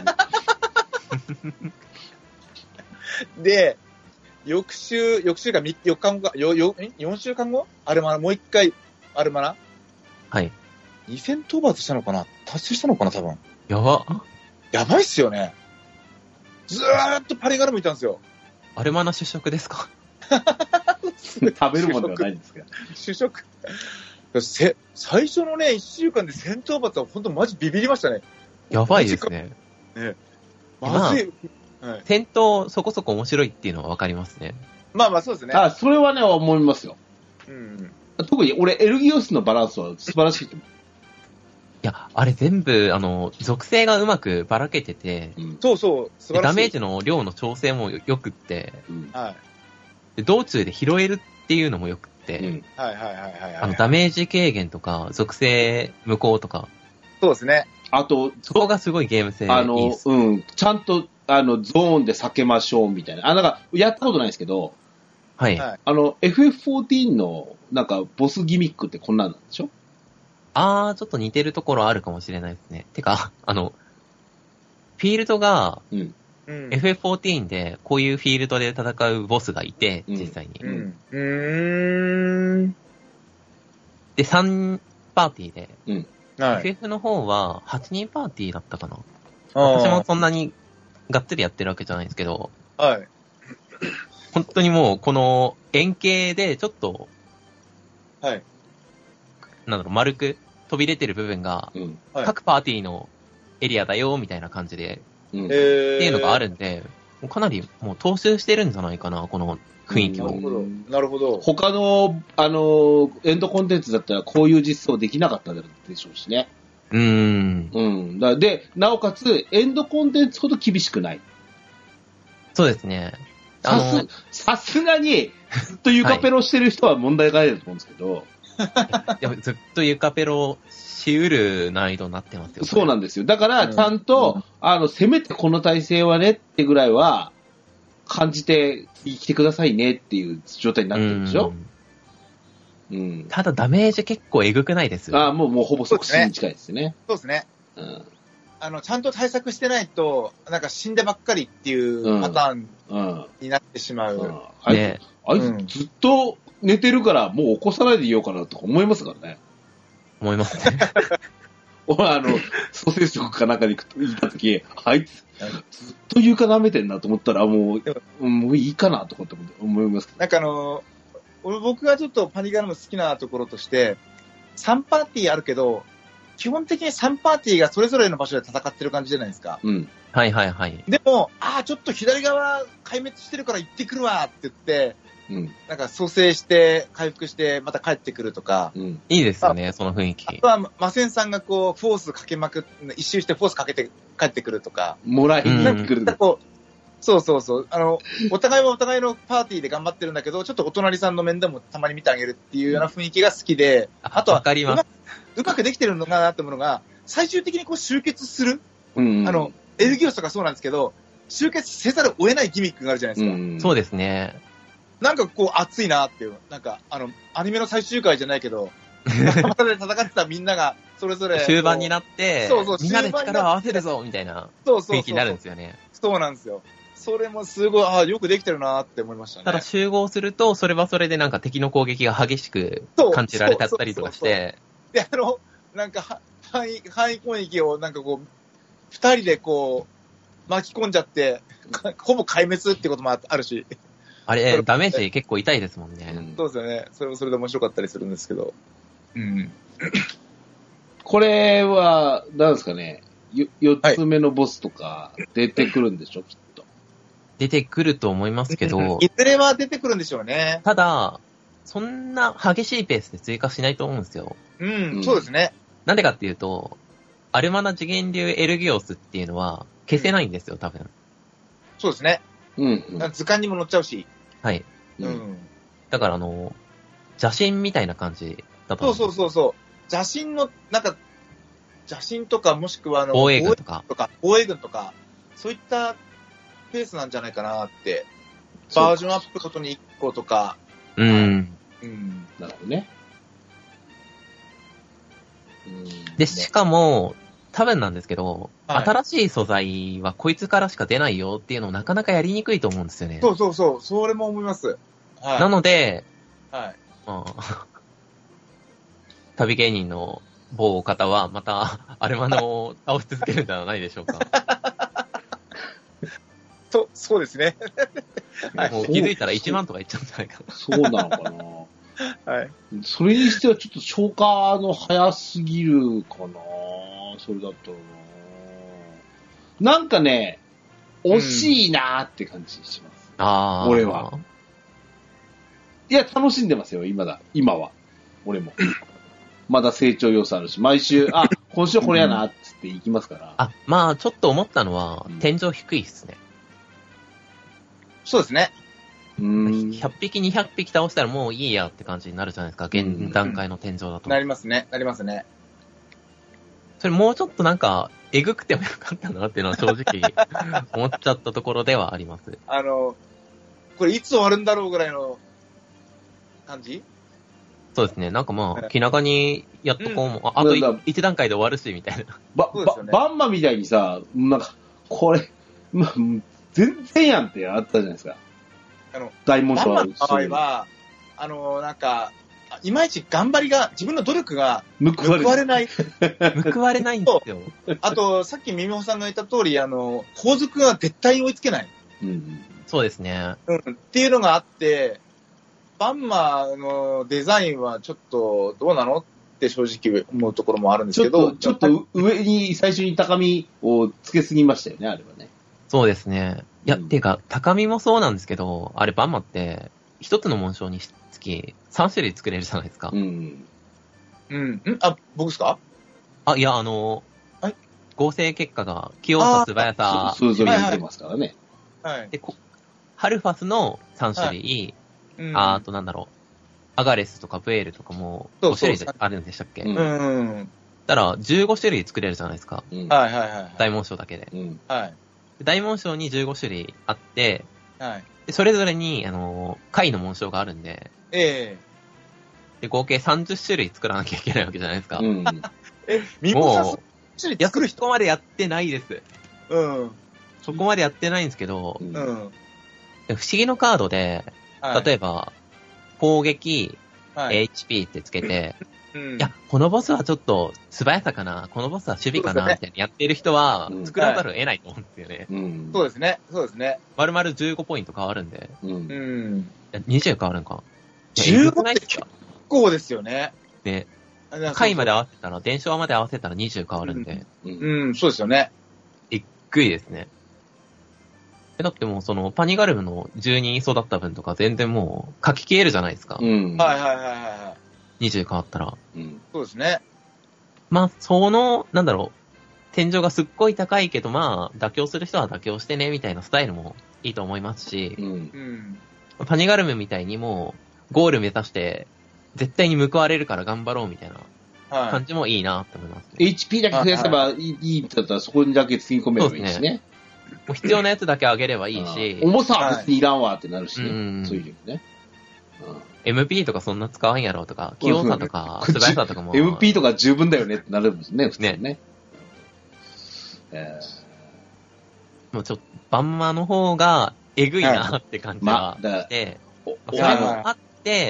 で、翌週、翌週かよっかごか、よ、よ、よんしゅうかんごアルマナ、もう一回、アルマナはい。 に戦討伐したのかな達成したのかな多分。 やば。 やばいっすよね。ずーっとパリガルムいたんですよ。 アルマナ主食ですか？ 食べるものではないんですか？ 主食。せ最初のね、いっしゅうかんで戦闘罰は本当マジビビりましたね。 やばいですね。 ね。まずい。 まあ、はい、戦闘そこそこ面白いっていうのはわかりますね。 まあまあそうですね。 あ、それはね、思いますよ。 うん。 特に俺、エルギオスのバランスは素晴らしいと思う。 いや、あれ全部、あの、属性がうまくばらけてて、 うん、そうそう、素晴らしい。 ダメージの量の調整もよくって、 うん、はいで。道中で拾えるっていうのもよくって、うん、 はいはいはいはい、はい。 あの、ダメージ軽減とか、属性無効とか。 そうですね。 あと、 そこがすごいゲーム性いいです。 あの、うん、ちゃんと、あの、ゾーンで避けましょうみたいな。あ、なんか、やったことないですけど、 はい。 あの、エフエフフォーティーン の、なんか、ボスギミックってこんなんなんでしょ？ あー、ちょっと似てるところあるかもしれないですね。てか、あの、フィールドが、うん、エフエフフォーティーン でこういうフィールドで戦うボスがいて、実際に。うん。 うーん。 で、さんパーティーで、 うん、 はい、エフエフ の方ははちにんパーティーだったかな。私もそんなにがっつりやってるわけじゃないんですけど、 はい。 本当にもう、この円形でちょっと、 はい。 なんだろう、丸く飛び出てる部分が、うんはい、各パーティーのエリアだよ、みたいな感じで、うん、っていうのがあるんで、かなりもう踏襲してるんじゃないかな、この雰囲気を。 なるほど。なるほど。 他の、あの、エンドコンテンツだったらこういう実装できなかったでしょうしね。 うーん。 うん。だで、なおかつ、エンドコンテンツほど厳しくない。 そうですね。 さす、さすがに、ずっとユカペロしてる人は問題がないと思うんですけど。 はい、いやずっとユカペロしうる難易度になってますよ。 そうなんですよ。だから、ちゃんと、うん、あの、せめてこの体制はねってぐらいは、感じて生きてくださいねっていう状態になってるんでしょ？ うん。ただダメージ結構えぐくないですよ。 ああ、もう、もうほぼ即死に近いですね。 そうですね。うん。あの、ちゃんと対策してないと、なんか死んでばっかりっていうパターンになってしまう。うんうん、 あいつ、ね、あいつずっと寝てるからもう起こさないでいようかなとか思いますからね。 思いますね。 俺あの、蘇生食かなんかに行ったとき、あいつ、ずっと床舐めてんなと思ったら、もう、もういいかなとかって思います。 なんかあの、俺僕がちょっとパニガルム好きなところとして、さんパーティーあるけど、 基本的にさんパーティーがそれぞれの場所で戦ってる感じじゃないですか。 うん。はいはいはい。 でも、ああ、ちょっと左側壊滅してるから行ってくるわって言って、うん、なんか蘇生して、回復して、また帰ってくるとか。 うん、いいですよね、その雰囲気。 あとは、マセンさんがこう、フォースかけまくって、一周してフォースかけて帰ってくるとか。 もらいに来る、うん、こうそうそうそう。あの、お互いはお互いのパーティーで頑張ってるんだけど、ちょっとお隣さんの面でもたまに見てあげるっていうような雰囲気が好きで、 うん、あとは、うまうまくできてるのかなって思うのが、最終的にこう集結する。うんうん、あの、エルギオスとかそうなんですけど、集結せざるを得ないギミックがあるじゃないですか。うん、 そうですね。 なんかこう熱いなっていう、なんかあの、アニメの最終回じゃないけど、またで戦ってたみんなが、それぞれ。 終盤になって、そうそうみんなで力を合わせるぞみたいな雰囲気になるんですよね。 そうなんですよ。それもすごい、ああ、よくできてるなって思いましたね。 ただ集合すると、それはそれでなんか敵の攻撃が激しく感じられたりとかして。 で、あの、なんか、範囲、範囲攻撃をなんかこう、二人でこう、巻き込んじゃって、ほぼ壊滅ってこともあるし。 あれ、ダメージ結構痛いですもんね。 うん、そうですよね。それもそれで面白かったりするんですけど。うん。 これは、なんですかね、よ四つ目のボスとか出てくるんでしょ、はい、きっと。 出てくると思いますけど。 いずれは出てくるんでしょうね。 ただ、そんな激しいペースで追加しないと思うんですよ。 うん、うん、そうですね。 なんでかっていうと、アルマナ次元流エルギオスっていうのは消せないんですよ、多分。 そうですね。 うん、うん。 図鑑にも載っちゃうし。 はい。うん。だからあの、邪神みたいな感じだと思う。 そうそうそうそう。邪神の、なんか、邪神とかもしくはあの、 防衛軍とか。 とか、防衛軍とか、そういったペースなんじゃないかなって。バージョンアップごとにいっことか。 うん。 うん。なるほどね。 で、しかも、多分なんですけど、はい、新しい素材はこいつからしか出ないよっていうのをなかなかやりにくいと思うんですよね。 そうそうそう、それも思います。 はい、なので、 はい。 まあ、旅芸人の某方はまたアルマナを倒し続けるんじゃないでしょうか。 と、そうですね。 もう気づいたらいちまんとかいっちゃうんじゃないかな。 そうなのかな。 はい。 それにしてはちょっと消化の早すぎるかな。それだったらな。なんかね、惜しいなーって感じします。 うん、ああ。 俺は。いや、楽しんでますよ、今だ。今は。俺も。まだ成長要素あるし、毎週、あ、今週これやな、っつって行きますから。 あ、まあ、ちょっと思ったのは、うん、天井低いっすね。 そうですね。 うーん。 ひゃっぴき、にひゃくぴき倒したらもういいやって感じになるじゃないですか、現段階の天井だと。 なりますね、なりますね。 それもうちょっとなんか、えぐくてもよかったなっていうのは正直思っちゃったところではあります。 あの、これいつ終わるんだろうぐらいの感じ？ そうですね。なんかまあ、気長にやっとこうも、うん、あ, あと一段階で終わるし、みたいな。 ば、ば、バンマみたいにさ、なんか、これ、まあ、全然やんってあったじゃないですか。 あの、 大門賞バンマの場合は、あの、なんか、いまいち頑張りが、自分の努力が報われない。 報われないんですよ。 あと、さっきミミホさんが言った通り、あの、後続が絶対に追いつけない。 うん、そうですね。 うん。っていうのがあって、バンマのデザインはちょっとどうなのって正直思うところもあるんですけど。 ちょっと、ちょっと上に最初に高みをつけすぎましたよね、あれはね。 そうですね。いや、うん、ていうか、高みもそうなんですけど、あれバンマって、一つの紋章につきさん種類作れるじゃないですか。 うん。 うん。んあ、僕ですか？ あ、いや、あの、はい、合成結果が、清さ、素早さ。 それぞれ出てますからね。 はい。 で、ハルファスのさん種類、はい、あ, あとなんだろう、アガレスとかブエールとかもご種類あるんでしたっけ？ うん。 だからじゅうご種類作れるじゃないですか。 うん、はいはいはい。 大紋章だけで。 うん、はい。 大紋章にじゅうご種類あって、 はい。 で、それぞれに、あの、貝の紋章があるんで、 ええー。で、合計さんじゅっ種類作らなきゃいけないわけじゃないですか。 うん。 え、ミモサス種類作る人そこまでやってないです。 うん。 そこまでやってないんですけど、 うん。 不思議のカードで、はい、例えば、攻撃、はい、エイチピー ってつけて、うん、いや、このボスはちょっと素早さかな、このボスは守備かな、みたいなやっている人は、作らざるを得ないと思うんですよね。 うん、そうですね、そうですね。 丸々じゅうごポイント変わるんで。 うん。うん、 いやにじゅう変わるんか。 じゅうごって結構ですよね。 で、 回まで合わせたら、電車まで合わせたらにじゅう変わるんで。 うん、うんうん、そうですよね。 びっくりですね。え、だってもうその、パニガルムのじゅうに育った分とか全然もう書き消えるじゃないですか。 うん。はいはいはいはい。 にじゅう変わったら。 うん。そうですね。 まあ、その、なんだろう、天井がすっごい高いけど、まあ、妥協する人は妥協してね、みたいなスタイルもいいと思いますし、うん。パニガルムみたいにもう、ゴール目指して、絶対に報われるから頑張ろうみたいな感じもいいなって思います、ね、 エイチピー だけ増やせばいいんだったら、そこにだけつぎ込めればいいしね。 もう必要なやつだけ上げればいいし。 重さは別にいらんわってなるしね。はい、そういう意味ね。 エムピー とかそんな使わんやろとか、器用さとか、素早さとかも。 エムピー とか十分だよねってなるんですね、普通ね。ねえー、もうちょっと、バンマの方がえぐいなって感じがして、はい、それもあって、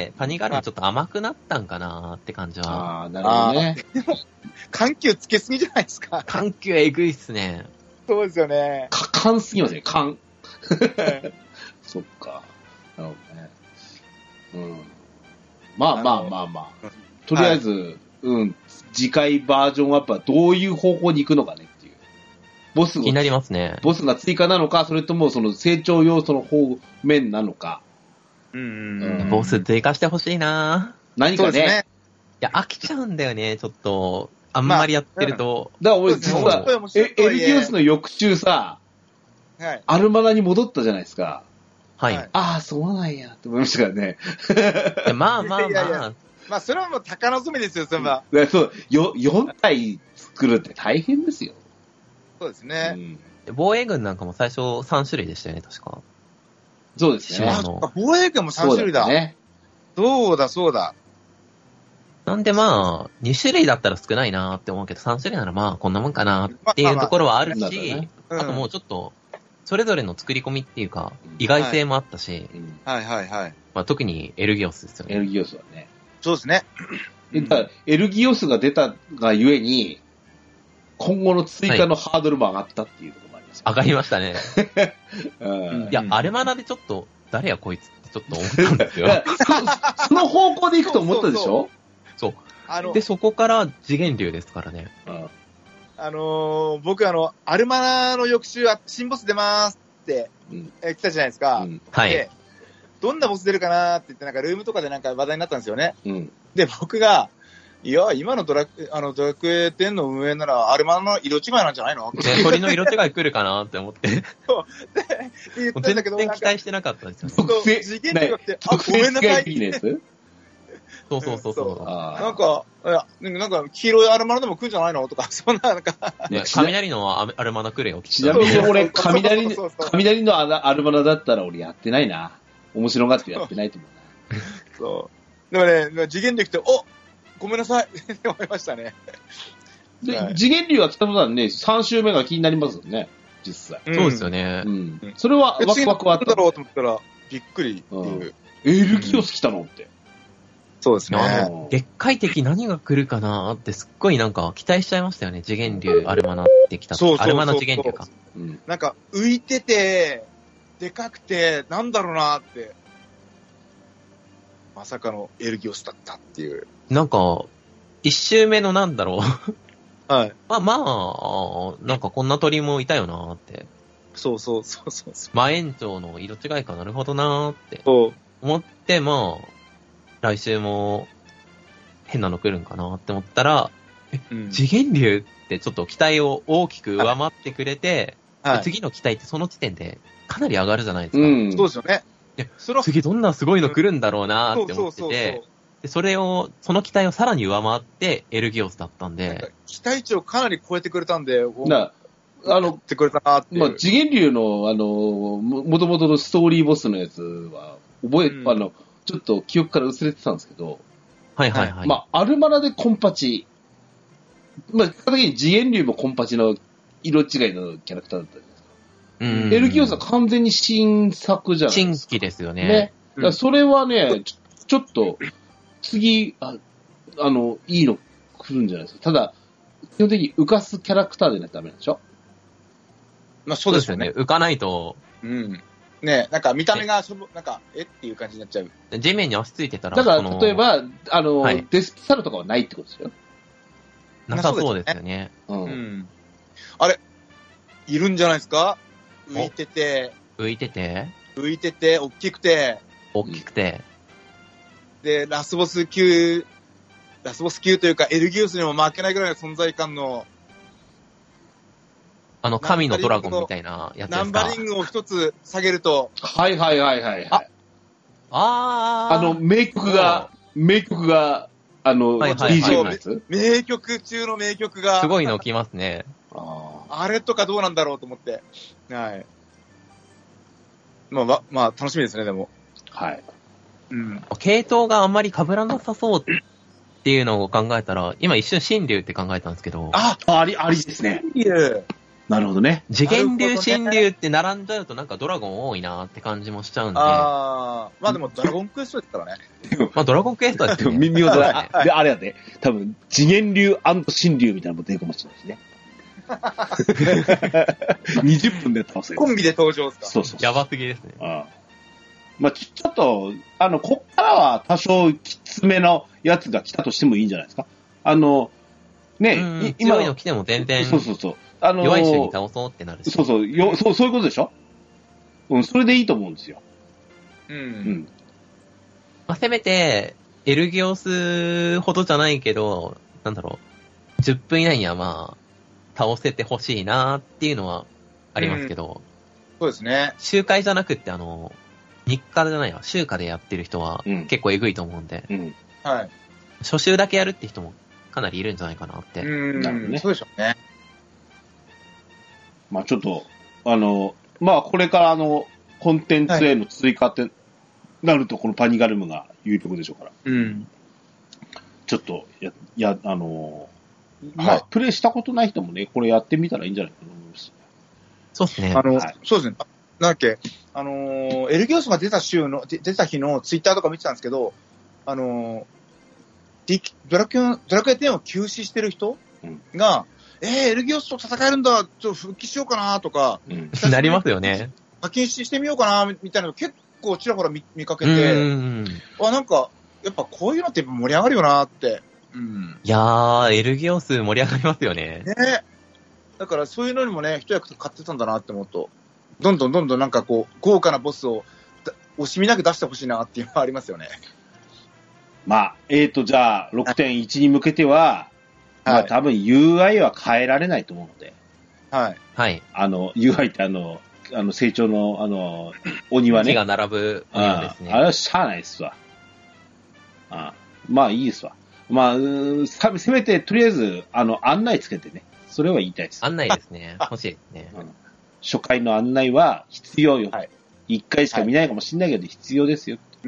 パニガルムちょっと甘くなったんかなって感じは。 ああ、なるほどね。 緩急つけすぎじゃないですか。 緩急えぐいっすね。 そうですよね。 か、緩すぎますね、緩。そっか。なるほどね。うん。まあまあまあまあ。とりあえず、はい、うん、次回バージョンアップはどういう方向に行くのかねっていう。ボス気になりますね。 ボスが追加なのか、それともその成長要素の方面なのか。 うん、うん。ボス追加してほしいな何かね。ねいや、飽きちゃうんだよね、ちょっと。あんまりやってると。 まあうん、だから俺、実は、エルギオスの翌週さ、はい、アルマナに戻ったじゃないですか。 はい。 ああ、そうなんや、って思いましたからね。 いやまあまあまあ。いやいやまあ、それはもう高望みですよ、それは。 そう、よ、よん体作るって大変ですよ。 そうですね。 うん、防衛軍なんかも最初さん種類でしたよね、確か。 そうですね。 防衛軍もさん種類だ。そうだね。そうだ、そうだ。 なんでまあ、に種類だったら少ないなーって思うけど、さん種類ならまあ、こんなもんかなっていうところはあるし、まあまあねうん、あともうちょっと、それぞれの作り込みっていうか、意外性もあったし、 はい、はいはいはい。 まあ、特にエルギオスですよね。 エルギオスはね。 そうですね。 だからエルギオスが出たがゆえに、今後の追加のハードルも上がったっていうところもあります、ねはい、上がりましたね。うん、いや、アルマナでちょっと、誰やこいつってちょっと思ったんですよ。 そ, その方向で行くと思ったでしょそうそうそう。あので、そこから次元流ですからね。 うん、あのー、僕あの、アルマナの翌週は新ボス出まーすって、うん、え来たじゃないですか。うん、 はい。 どんなボス出るかなーって言って、なんかルームとかでなんか話題になったんですよね。うん、で、僕が、いや、今のドラク、あの、ドラクエテンの運営なら、アルマナの色違いなんじゃないのね、鳥の色違い来るかなって思って。そう。で、言ったんだけど、全然期待してなかったんですよ。 特性、 次元によって、あ、ごめんなさい。 そうそうそうそう。 なんか、いや、なんか、黄色いアルマナでも来るんじゃないのとか、そんな、なんか。 ね、雷のアルマナ来るよ、 ちなみに俺、雷、雷のアルマナだったら俺やってないな。面白がってやってないと思うな。 そう。でもね、次元で来て、おごめんなさいって思いましたね。 で、はい、次元流が来たのはね、さん週目が気になりますよね、実際。 うん、そうですよね。 うん。それはワクワクあった。 だろうと思ったら、びっくりっていう。うん、 エルギオス来たのって。うん、 そうですね。 月界的何が来るかなーってすっごいなんか期待しちゃいましたよね。次元流、アルマナって来た。そうそうそうそう。アルマナ次元流か。 うん。なんか浮いてて、でかくて、なんだろうなーって。まさかのエルギオスだったっていう。 なんか、一周目のなんだろう。はい。 まあまあ、なんかこんな鳥もいたよなーって。 そうそうそうそうそう。 真延長の色違いかなるほどなーって。そう。思って、まあ、来週も変なの来るんかなって思ったら、え、うん、次元流ってちょっと期待を大きく上回ってくれて、はい、次の期待ってその時点でかなり上がるじゃないですか。 うん、そうですよね。 次どんなすごいの来るんだろうなって思ってて、でそれを、その期待をさらに上回ってエルギオスだったんで。 期待値をかなり超えてくれたんで、 なあの、 ってくれたなっていう。 まあ、次元流の、あの、も、もともとのストーリーボスのやつは、覚え、うん、あの、ちょっと記憶から薄れてたんですけど、 はいはいはい。 まあ、アルマナでコンパチ、まあ、結果的に次元流もコンパチの色違いのキャラクターだったじゃないですか。うん。エルギオスは完全に新作じゃないですか。 新規ですよね。 ね。だからそれはね、ちょ、ちょっと、次、あ、あの、いいの来るんじゃないですか。ただ、基本的に浮かすキャラクターでないとダメなんでしょ？ まあそうですよね。 浮かないと、 うん。 ね、なんか見た目がしょぼ、なんか、えっていう感じになっちゃう。 地面に足ついてたら。 だから、例えば、あの、はい、デスピサルとかはないってことですよ。 なさそうですよね。 うん。うん。あれ、いるんじゃないですか？浮いてて。 浮いてて浮いてて、大きくて。 大きくて。 で、ラスボス級、ラスボス級というか、エルギウスにも負けないぐらいの存在感の、 あの、神のドラゴンみたいなやつですか。 ナンバリングを一つ下げると。 はいはいはいはい、はい。 あああの、名曲が、名曲が、あの、はいはいはいはい、ディージェー のやつ名曲中の名曲が。 すごいの来ますね。 あ, あれとかどうなんだろうと思って。はい。まあ、ま、まあ、楽しみですね、でも。 はい。 うん。系統があんまり被らなさそうっていうのを考えたら、今一瞬神竜って考えたんですけど。 あ、あり、ありですね。 神竜。 なるほどね。 次元竜、神竜って並んじゃうとなんかドラゴン多いなって感じもしちゃうんで。 ああ、まあでもドラゴンクエストですからね。 まあドラゴンクエストですね。 微妙だね。で、あれやで、多分、次元竜&神竜みたいなのも出るかもしれないしね。にじゅっぷんで倒せる。 コンビで登場ですか？ そうそうそう。 やばすぎですね。 ああまあち、ちょっと、あの、こっからは多少きつめのやつが来たとしてもいいんじゃないですか。あの、ね、 今。強いの来ても全然。 そうそうそう。あのー、 弱い種に倒そうってなるし。 そうそう、よ、そう、そういうことでしょ？うん、それでいいと思うんですよ。 うん。うん。 まあ、せめて、エルギオスほどじゃないけど、なんだろう、じゅっぷん以内にはまあ、倒せてほしいなっていうのはありますけど、うん、 そうですね。 周回じゃなくって、あの、日課じゃないわ、週課でやってる人は結構エグいと思うんで、 うん、はい。 初週だけやるって人もかなりいるんじゃないかなって。 うん、なるほどね。そうでしょうね。 まあちょっと、あの、まあこれからあの、コンテンツへの追加ってなると、このパニガルムが有力でしょうから。 うん。 ちょっと、や、や、あの、まあ、はい、プレイしたことない人もね、これやってみたらいいんじゃないかと思います。 そうですね。 あの、はい、そうですね。なんだっけ、あのー、エルギオスが出た週の、出た日のツイッターとか見てたんですけど、あのー、ドラクエ、ドラクエテンを休止してる人が、うんえー、エルギオスと戦えるんだ、ちょっと復帰しようかなとか、 うん、なりますよね。 課金してみようかなみたいなの結構ちらほら 見, 見かけて、うんうんうん、あ、なんか、やっぱこういうのって盛り上がるよなって。うん、 いやー、エルギオス盛り上がりますよね。 ね。だからそういうのにもね、一役買ってたんだなって思うと、どんどんどんどんなんかこう、豪華なボスを惜しみなく出してほしいなっていうのはありますよね。 まあ、えーと、じゃあ、ろくてんいち に向けては、はい、まあ多分 ユーアイ は変えられないと思うので。 はい。 はい。 あの、ユーアイ ってあの、あの、成長の、あの、お庭ね。 木が並ぶお庭ですね。 あ, あれはしゃあないっすわ。あまあいいですわ。まあ、せめて、とりあえず、あの、案内つけてね。それは言いたいです。 案内ですね。欲しいですね、うん。 初回の案内は必要よ。はい。一回しか見ないかもしれないけど、必要ですよ。 うん。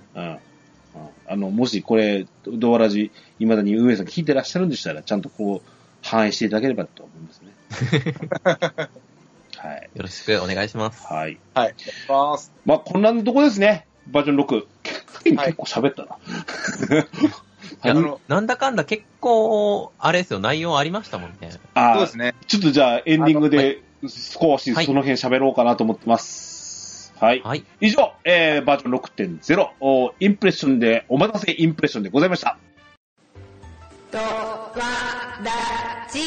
うん。あの、もしこれ、ドアラジ、未だに運営さん聞いてらっしゃるんでしたら、ちゃんとこう、反映していただければと思いますね。はい。 よろしくお願いします。 はい。 はい。お願いします。 まあ、こんなとこですね。バージョンろく。結構喋ったな。 いや、あの、なんだかんだ結構、あれですよ、内容ありましたもんね。 ああ、 そうですね。 ちょっとじゃあ、エンディングで、少しその辺喋ろうかなと思ってます。はい。はい、以上、えー、バージョン ろくてんゼロ、インプレッションで、お待たせインプレッションでございました。 ドワラジ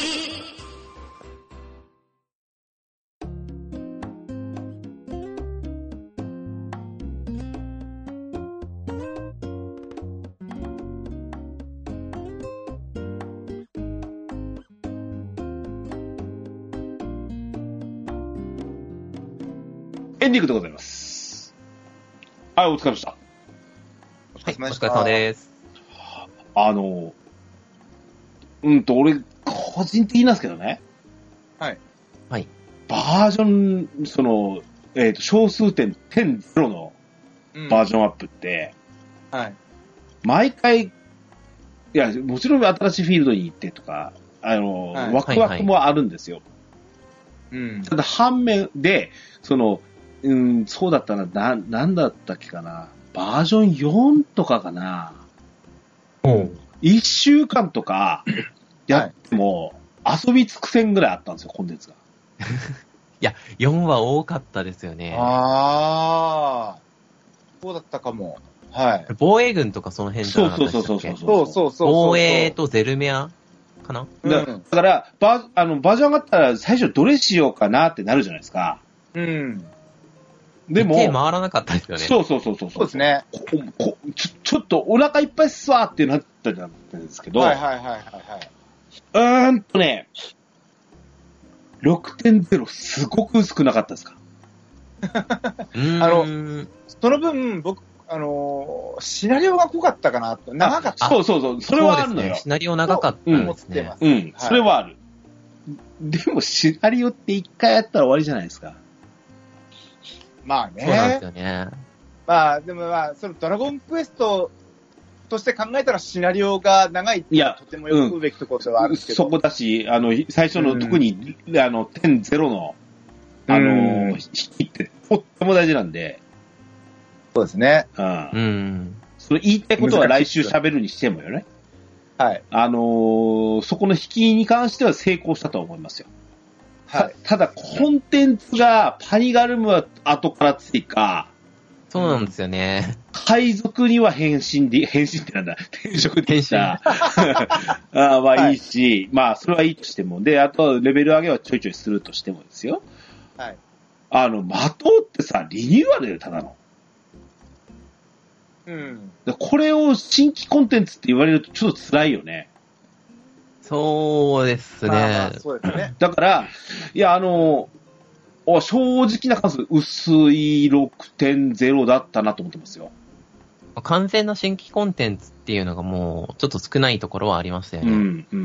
エンディングでございます。はい、お疲れ様でした。 はい、お疲れ様です。 あの、うんと、俺、個人的なんですけどね。 はい。 はい。 バージョン、その、えっと、小数点じゅうのバージョンアップって、 うん、はい。 毎回、いや、もちろん新しいフィールドに行ってとか、あの、はい、ワクワクもあるんですよ。 はいはい、うん。 ただ反面で、その、うん、そうだったな、な、なんだったっけかな。バージョンよんとかかな。 うん。 いっしゅうかんとか、やっても、遊び尽くせんぐらいあったんですよ、コンテンツが。 や、よんは多かったですよね。 ああ。そうだったかも。はい。 防衛軍とかその辺じゃなかったでしたっけ？ そうそうそうそう。そうそうそう。 防衛とゼルメアかな、 うん、だ, だから、バ, あのバージョン上がったら最初どれしようかなってなるじゃないですか。 うん。 でも、手回らなかったですよね。 そうそうそうそう。 そうですね。 ここちょ。ちょっとお腹いっぱいっすわってなったじゃないですけど。 はいはいはいはい、はい。 うーんとね、ろくてんゼロ すごく薄くなかったですか？ あの、その分、僕、あのー、シナリオが濃かったかなと。長かった。 そうそうそう。それはあるのよ。 ね、シナリオ長かったんですね。 うん、うん、それはある。でも、シナリオって一回やったら終わりじゃないですか。 まあね。 そうなんですよね。 まあ、でもまあ、そのドラゴンクエストとして考えたらシナリオが長いっていうのはとてもよくべきところではあるんですけど、 うん、そこだし、あの、最初の、うん、特に、あの、点ゼロの、あの、うん、引きってとっても大事なんで。 そうですね。 うん。うん。それ言いたいことは来週喋るにしてもよね。 はい。 あのー、そこの引きに関しては成功したと思いますよ。はい。た, ただ、コンテンツが、パリガルムは後から追加。 そうなんですよね。 海賊には変身で、変身ってなんだ、転職できた。あはいいし、はい、まあ、それはいいとしても。で、あと、レベル上げはちょいちょいするとしてもですよ。 はい。 あの、的ってさ、リニューアルだよ、ただの。 うん。 これを新規コンテンツって言われるとちょっと辛いよね。 そうですね。まあ、 そうですね。 だから、いや、あの、正直な数、薄い ろくてんゼロ だったなと思ってますよ。 完全な新規コンテンツっていうのがもう、ちょっと少ないところはありましたよね。うん、うん。 うん、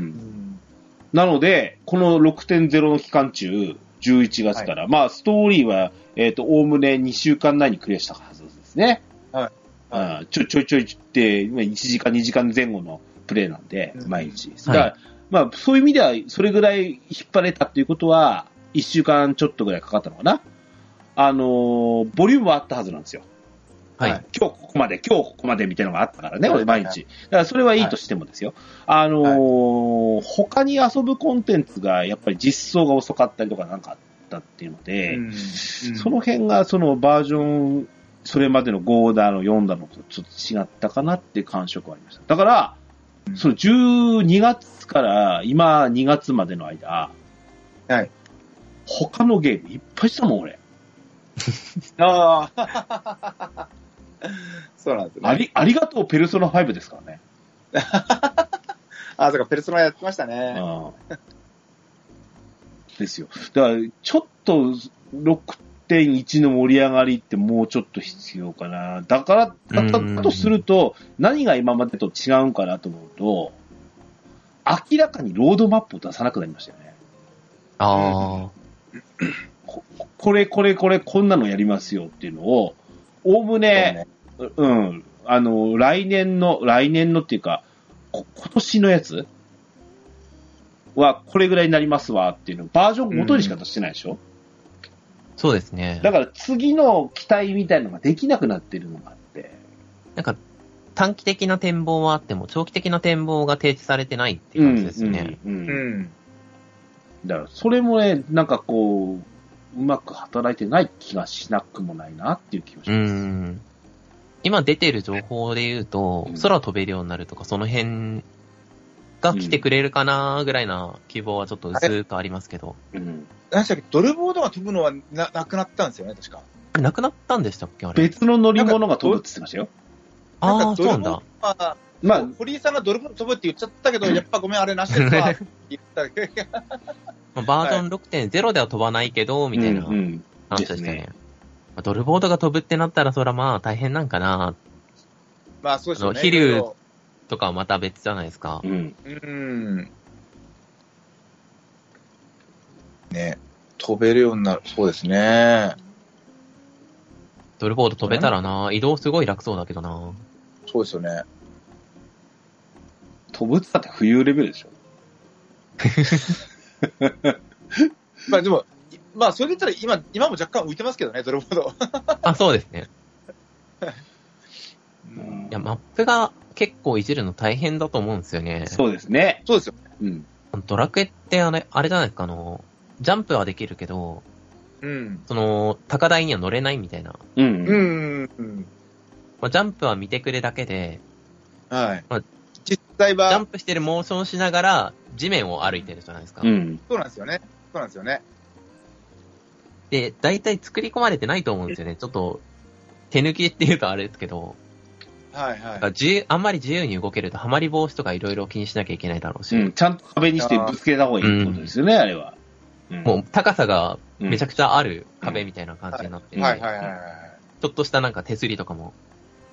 なので、この ろくてんゼロ の期間中、じゅういちがつから、はい、まあ、ストーリーは、えっと、おおむねにしゅうかん内にクリアしたはずですね。 はい。 はい、ちょちょいちょいって、いちじかん、にじかんぜん後のプレイなんで、うん、毎日。だから、はい、まあ、そういう意味では、それぐらい引っ張れたっていうことは、いっしゅうかんちょっとぐらいかかったのかな。あのー、ボリュームはあったはずなんですよ。 はい。 今日ここまで、今日ここまでみたいなのがあったからね、俺毎日。だからそれはいいとしてもですよ。はい、あのーはい、他に遊ぶコンテンツがやっぱり実装が遅かったりとかなんかあったっていうので、うんうん、その辺がそのバージョン、それまでのごだのよんだのとちょっと違ったかなっていう感触はありました。だから、うん、そのじゅうにがつから今にがつまでの間、 はい。 他のゲームいっぱいしたもん、俺。 ああ。そうなんですね。 あり、ありがとう、ペルソナファイブですからね。 あ、そうか、ペルソナやってましたね。 あですよ。だから、ちょっと、ろくてんいち の盛り上がりってもうちょっと必要かな。だから、だ, だとすると、何が今までと違うんかなと思うと、明らかにロードマップを出さなくなりましたよね。 ああ。 こ, これこれこれこんなのやりますよっていうのを、おおむね、う, ねうん、あの、来年の、来年のっていうか、こ今年のやつはこれぐらいになりますわっていうのをバージョンごとにしか出してないでしょ、うん、 そうですね。 だから次の期待みたいなのができなくなってるのがあって。 なんか、短期的な展望はあっても、長期的な展望が提示されてないっていう感じですよね。 うん。うんうんうんだから、それもね、なんかこう、うまく働いてない気がしなくもないなっていう気がします。うん今出てる情報で言うと、うん、空飛べるようになるとか、その辺が来てくれるかなぐらいな希望はちょっと薄くありますけど。 うん。何でしたっけ、ドルボードが飛ぶのは な, なくなったんですよね、確か。 なくなったんでしたっけあれ。 別の乗り物が飛ぶって言ってましたよ。 ああ、そうなんだ。 まあ、堀井さんがドルボード飛ぶって言っちゃったけど、やっぱごめん、あれなしですわ。言ったけど。 バージョン ろくてんゼロ では飛ばないけど、みたいな話でしたね。うんうんねドルボードが飛ぶってなったら、そらまあ大変なんかな。 まあそうですね。 飛竜とかはまた別じゃないですか。 うん。うん。ね、飛べるようになる。そうですね。 ドルボード飛べたらな、移動すごい楽そうだけどな。 そうですよね。 飛ぶってだって浮遊レベルでしょ。 まあでも、まあそれで言ったら今、今も若干浮いてますけどね、ドルボード。 あ、そうですね。いや、マップが結構いじるの大変だと思うんですよね。 そうですね。 そうですよ。 うん。 ドラクエってあれ、あれじゃないですか、あの、ジャンプはできるけど、 うん。 その、高台には乗れないみたいな。 うん。うん。うん。 まあ、ジャンプは見てくれだけで、 はい。 まあ、 実際は、 ジャンプしてるモーションしながら、地面を歩いてるじゃないですか。 うん。そうなんですよね。そうなんですよね。 で、大体作り込まれてないと思うんですよね。ちょっと、手抜きって言うとあれですけど、 はいはい。 自由、あんまり自由に動けると、はまり防止とかいろいろ気にしなきゃいけないだろうし。 うん、ちゃんと壁にしてぶつけた方がいいってことですよね、あれは。 うん、もう、高さがめちゃくちゃある壁みたいな感じになってる、 うん、はいはいはいはい。 ちょっとしたなんか手すりとかも。 うん。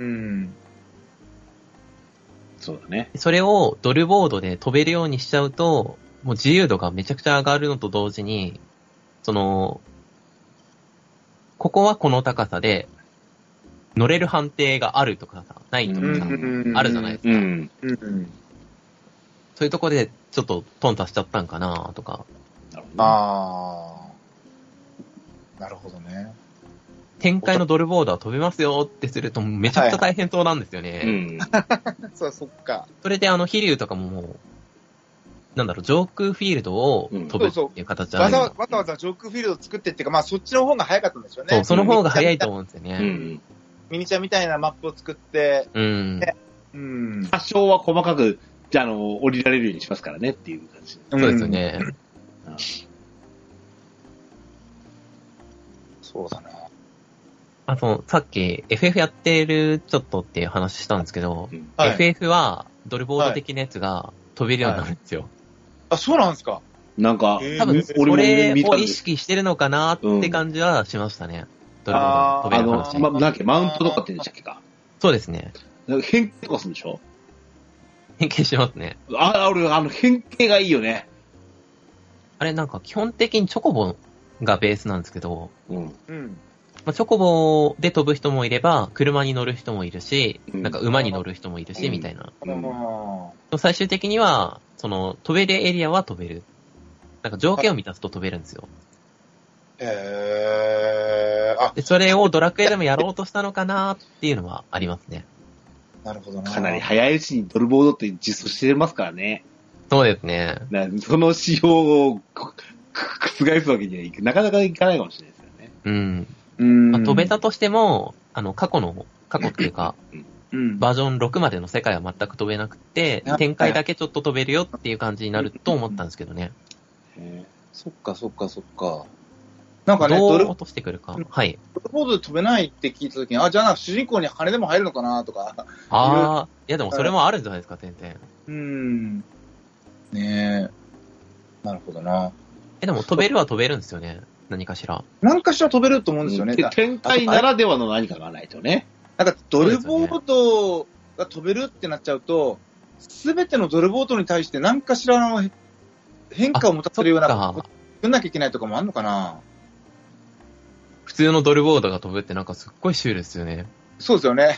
そうだね。 それをドルボードで飛べるようにしちゃうと、もう自由度がめちゃくちゃ上がるのと同時に、その、ここはこの高さで、乗れる判定があるとかさ、ないとかさ、あるじゃないですか。うんうん、そういうとこでちょっとトンタしちゃったんかなとか。 なるほど、ね、ああ。なるほどね。 展開のドルボードは飛べますよってするとめちゃくちゃ大変そうなんですよね。はいはい、うん、 そう、そっか。 それであの、飛竜とかももう、なんだろう、上空フィールドを飛ぶっていう形じゃない、うん、 わざわざわざ上空フィールドを作ってっていうか、まあそっちの方が早かったんですよね。 そう、その方が早いと思うんですよね。 うんミニチュアみたいなマップを作って、 うん。 ね、うん。 多少は細かく、じゃあ、あの、降りられるようにしますからねっていう感じ。 そうですよね。うん、 そうだな。 あと、さっき エフエフ やってるちょっとっていう話したんですけど、うんはい、エフエフ はドルボード的なやつが飛べるようになるんですよ。はい、 あ、そうなんですか。 なんか、 多分、それを意識してるのかなって感じはしましたね。ドルボード飛べる話。 あの、ま、なんかマウントとかって言うんでしたっけか。 そうですね。 変形とかするんでしょ？ 変形しますね。 あ、俺、あの、変形がいいよね。 あれ、なんか基本的にチョコボがベースなんですけど、 うん。 うん。 まあ、チョコボで飛ぶ人もいれば、車に乗る人もいるし、うん、なんか馬に乗る人もいるし、うん、みたいな。 うん、 最終的には、その、飛べるエリアは飛べる。なんか条件を満たすと飛べるんですよ。 へ、えー、あで、それをドラクエでもやろうとしたのかなっていうのはありますね。 なるほどな。 かなり早いうちにドルボードって実装してますからね。 そうですね。 その仕様を覆すわけにはいく、なかなかいかないかもしれないですよね。 うん。 うんまあ、飛べたとしても、あの、過去の、過去っていうか、うん、バージョンろくまでの世界は全く飛べなくて、展開だけちょっと飛べるよっていう感じになると思ったんですけどね。 へえ、そっかそっかそっか。なんかね、 どう落としてくるか。はい。 ドルボードで飛べないって聞いたときに、あ、じゃあなんか主人公に羽でも入るのかなとか。 ああ、いやでもそれもあるんじゃないですか、全然。 うーん。ねえ。なるほどな。 え、でも飛べるは飛べるんですよね。何かしら。 何かしら飛べると思うんですよね。 うん、展開ならではの何かがないとね。 なんかドルボードが飛べるってなっちゃうと、すべてのドルボードに対して何かしらの変化を持たせるようなこと作んなきゃいけないとかもあるのかな。 普通のドルボードが飛ぶってなんかすっごいシュールですよね。 そうですよね。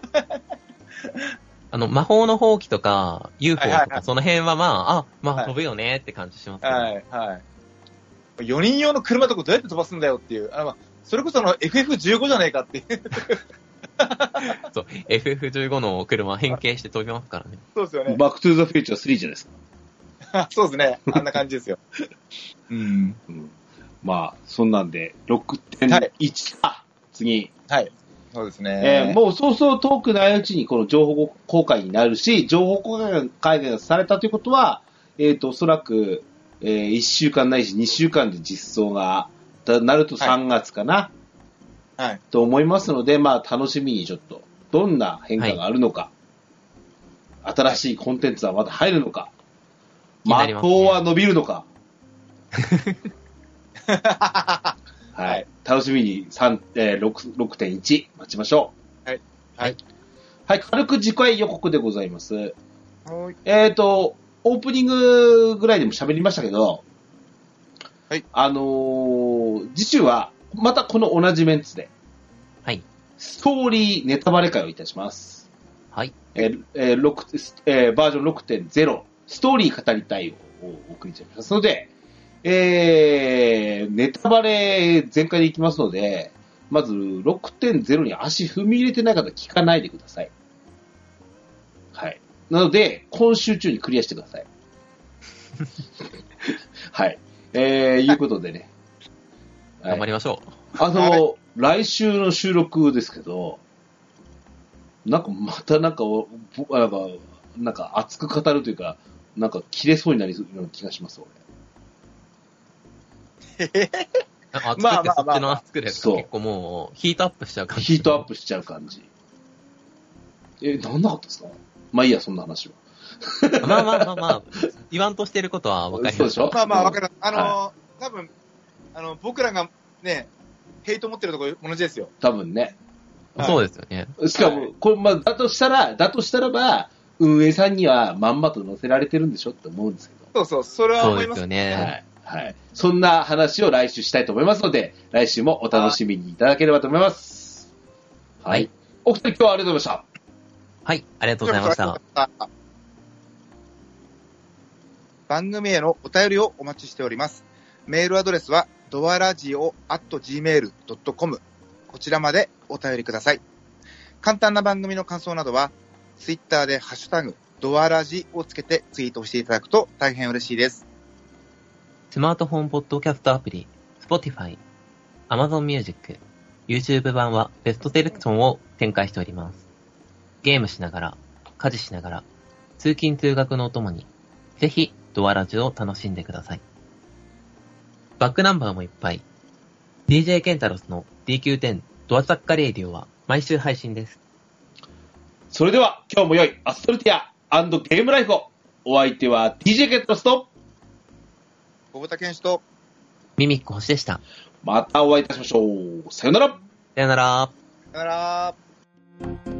あの、魔法の放棄とか ユーフォー とか、はいはいはい、その辺はまあ、あ、まあ飛ぶよねって感じしますけど、 はいはい。よにん用の車とかどうやって飛ばすんだよっていう。あのそれこそあの エフエフじゅうご じゃねえかっていう。 そう、エフエフじゅうご の車変形して飛びますからね。 そうですよね。 バックトゥーザフューチャースリーじゃないですか。そうですね。あんな感じですよ。 うん、うん。まあ、そんなんで、ろくてんいちか、はい、次。 はい。そうですね。 えー、もうそうそう遠くないうちにこの情報公開になるし、情報公開がされたということは、えっと、おそらく、えー、いっしゅうかんないしにしゅうかんで実装が、なるとさんがつかな。 はい。 と思いますので、まあ、楽しみにちょっと、どんな変化があるのか、はい、新しいコンテンツはまだ入るのか、的は伸びるのか、はい。楽しみに3、えー、ろくてんいち待ちましょう。はい。はい。 はい。軽く次回予告でございます。 はい。 えっと、オープニングぐらいでも喋りましたけど、 はい。 あのー、次週は、またこの同じメンツで、 はい。 ストーリーネタバレ会をいたします。 はい。 えーえーろくえー、バージョン ろくてんゼロ、ストーリー語りたいをお送りいたしますので、えー、ネタバレ全開でいきますので、まず ろくてんゼロ に足踏み入れてない方聞かないでください。はい。なので、今週中にクリアしてください。はい。えー、いうことでね。 頑張りましょう。あの、はい、来週の収録ですけど、なんかまたなんか、なんか、なんか熱く語るというか、なんか切れそうになるような気がします、 俺。熱くてそっちの熱くで結構もうヒートアップしちゃう感じ。 ヒートアップしちゃう感じ。え、なんなかったですか？まあいいや、そんな話は。 まあまあまあまあ、言わんとしてることは分かります。 そうでしょ？ まあまあ分かります。あのー、はい、多分、あの、僕らがね、ヘイト持ってるところ同じですよ。 多分ね。 はい、そうですよね。 しかも、これ、まあ、だとしたら、だとしたらば、運営さんにはまんまと載せられてるんでしょって思うんですけど。 そうそう、それは思いますよね。 はい。はい。そんな話を来週したいと思いますので、来週もお楽しみにいただければと思います。はい。はい、お二人今日はありがとうございました。 はい、ありがとうございました。 番組へのお便りをお待ちしております。メールアドレスは、ドアラジオ アットジーメールドットコム。こちらまでお便りください。簡単な番組の感想などは、ツイッターでハッシュタグ、ドアラジをつけてツイートしていただくと大変嬉しいです。 スマートフォンポッドキャストアプリ、Spotify、Amazon Music、YouTube 版はベストセレクションを展開しております。ゲームしながら、家事しながら、通勤通学のお供に、ぜひドアラジを楽しんでください。バックナンバーもいっぱい。ディージェー ケンタロスの ディーキューテン ドアサッカレイディオは毎週配信です。 それでは今日も良いアストルティア&ゲームライフを。お相手は ディージェー ケンタロスと小豚健士とミミック星でした。 またお会いいたしましょう。さよなら。 さよなら。 さよなら。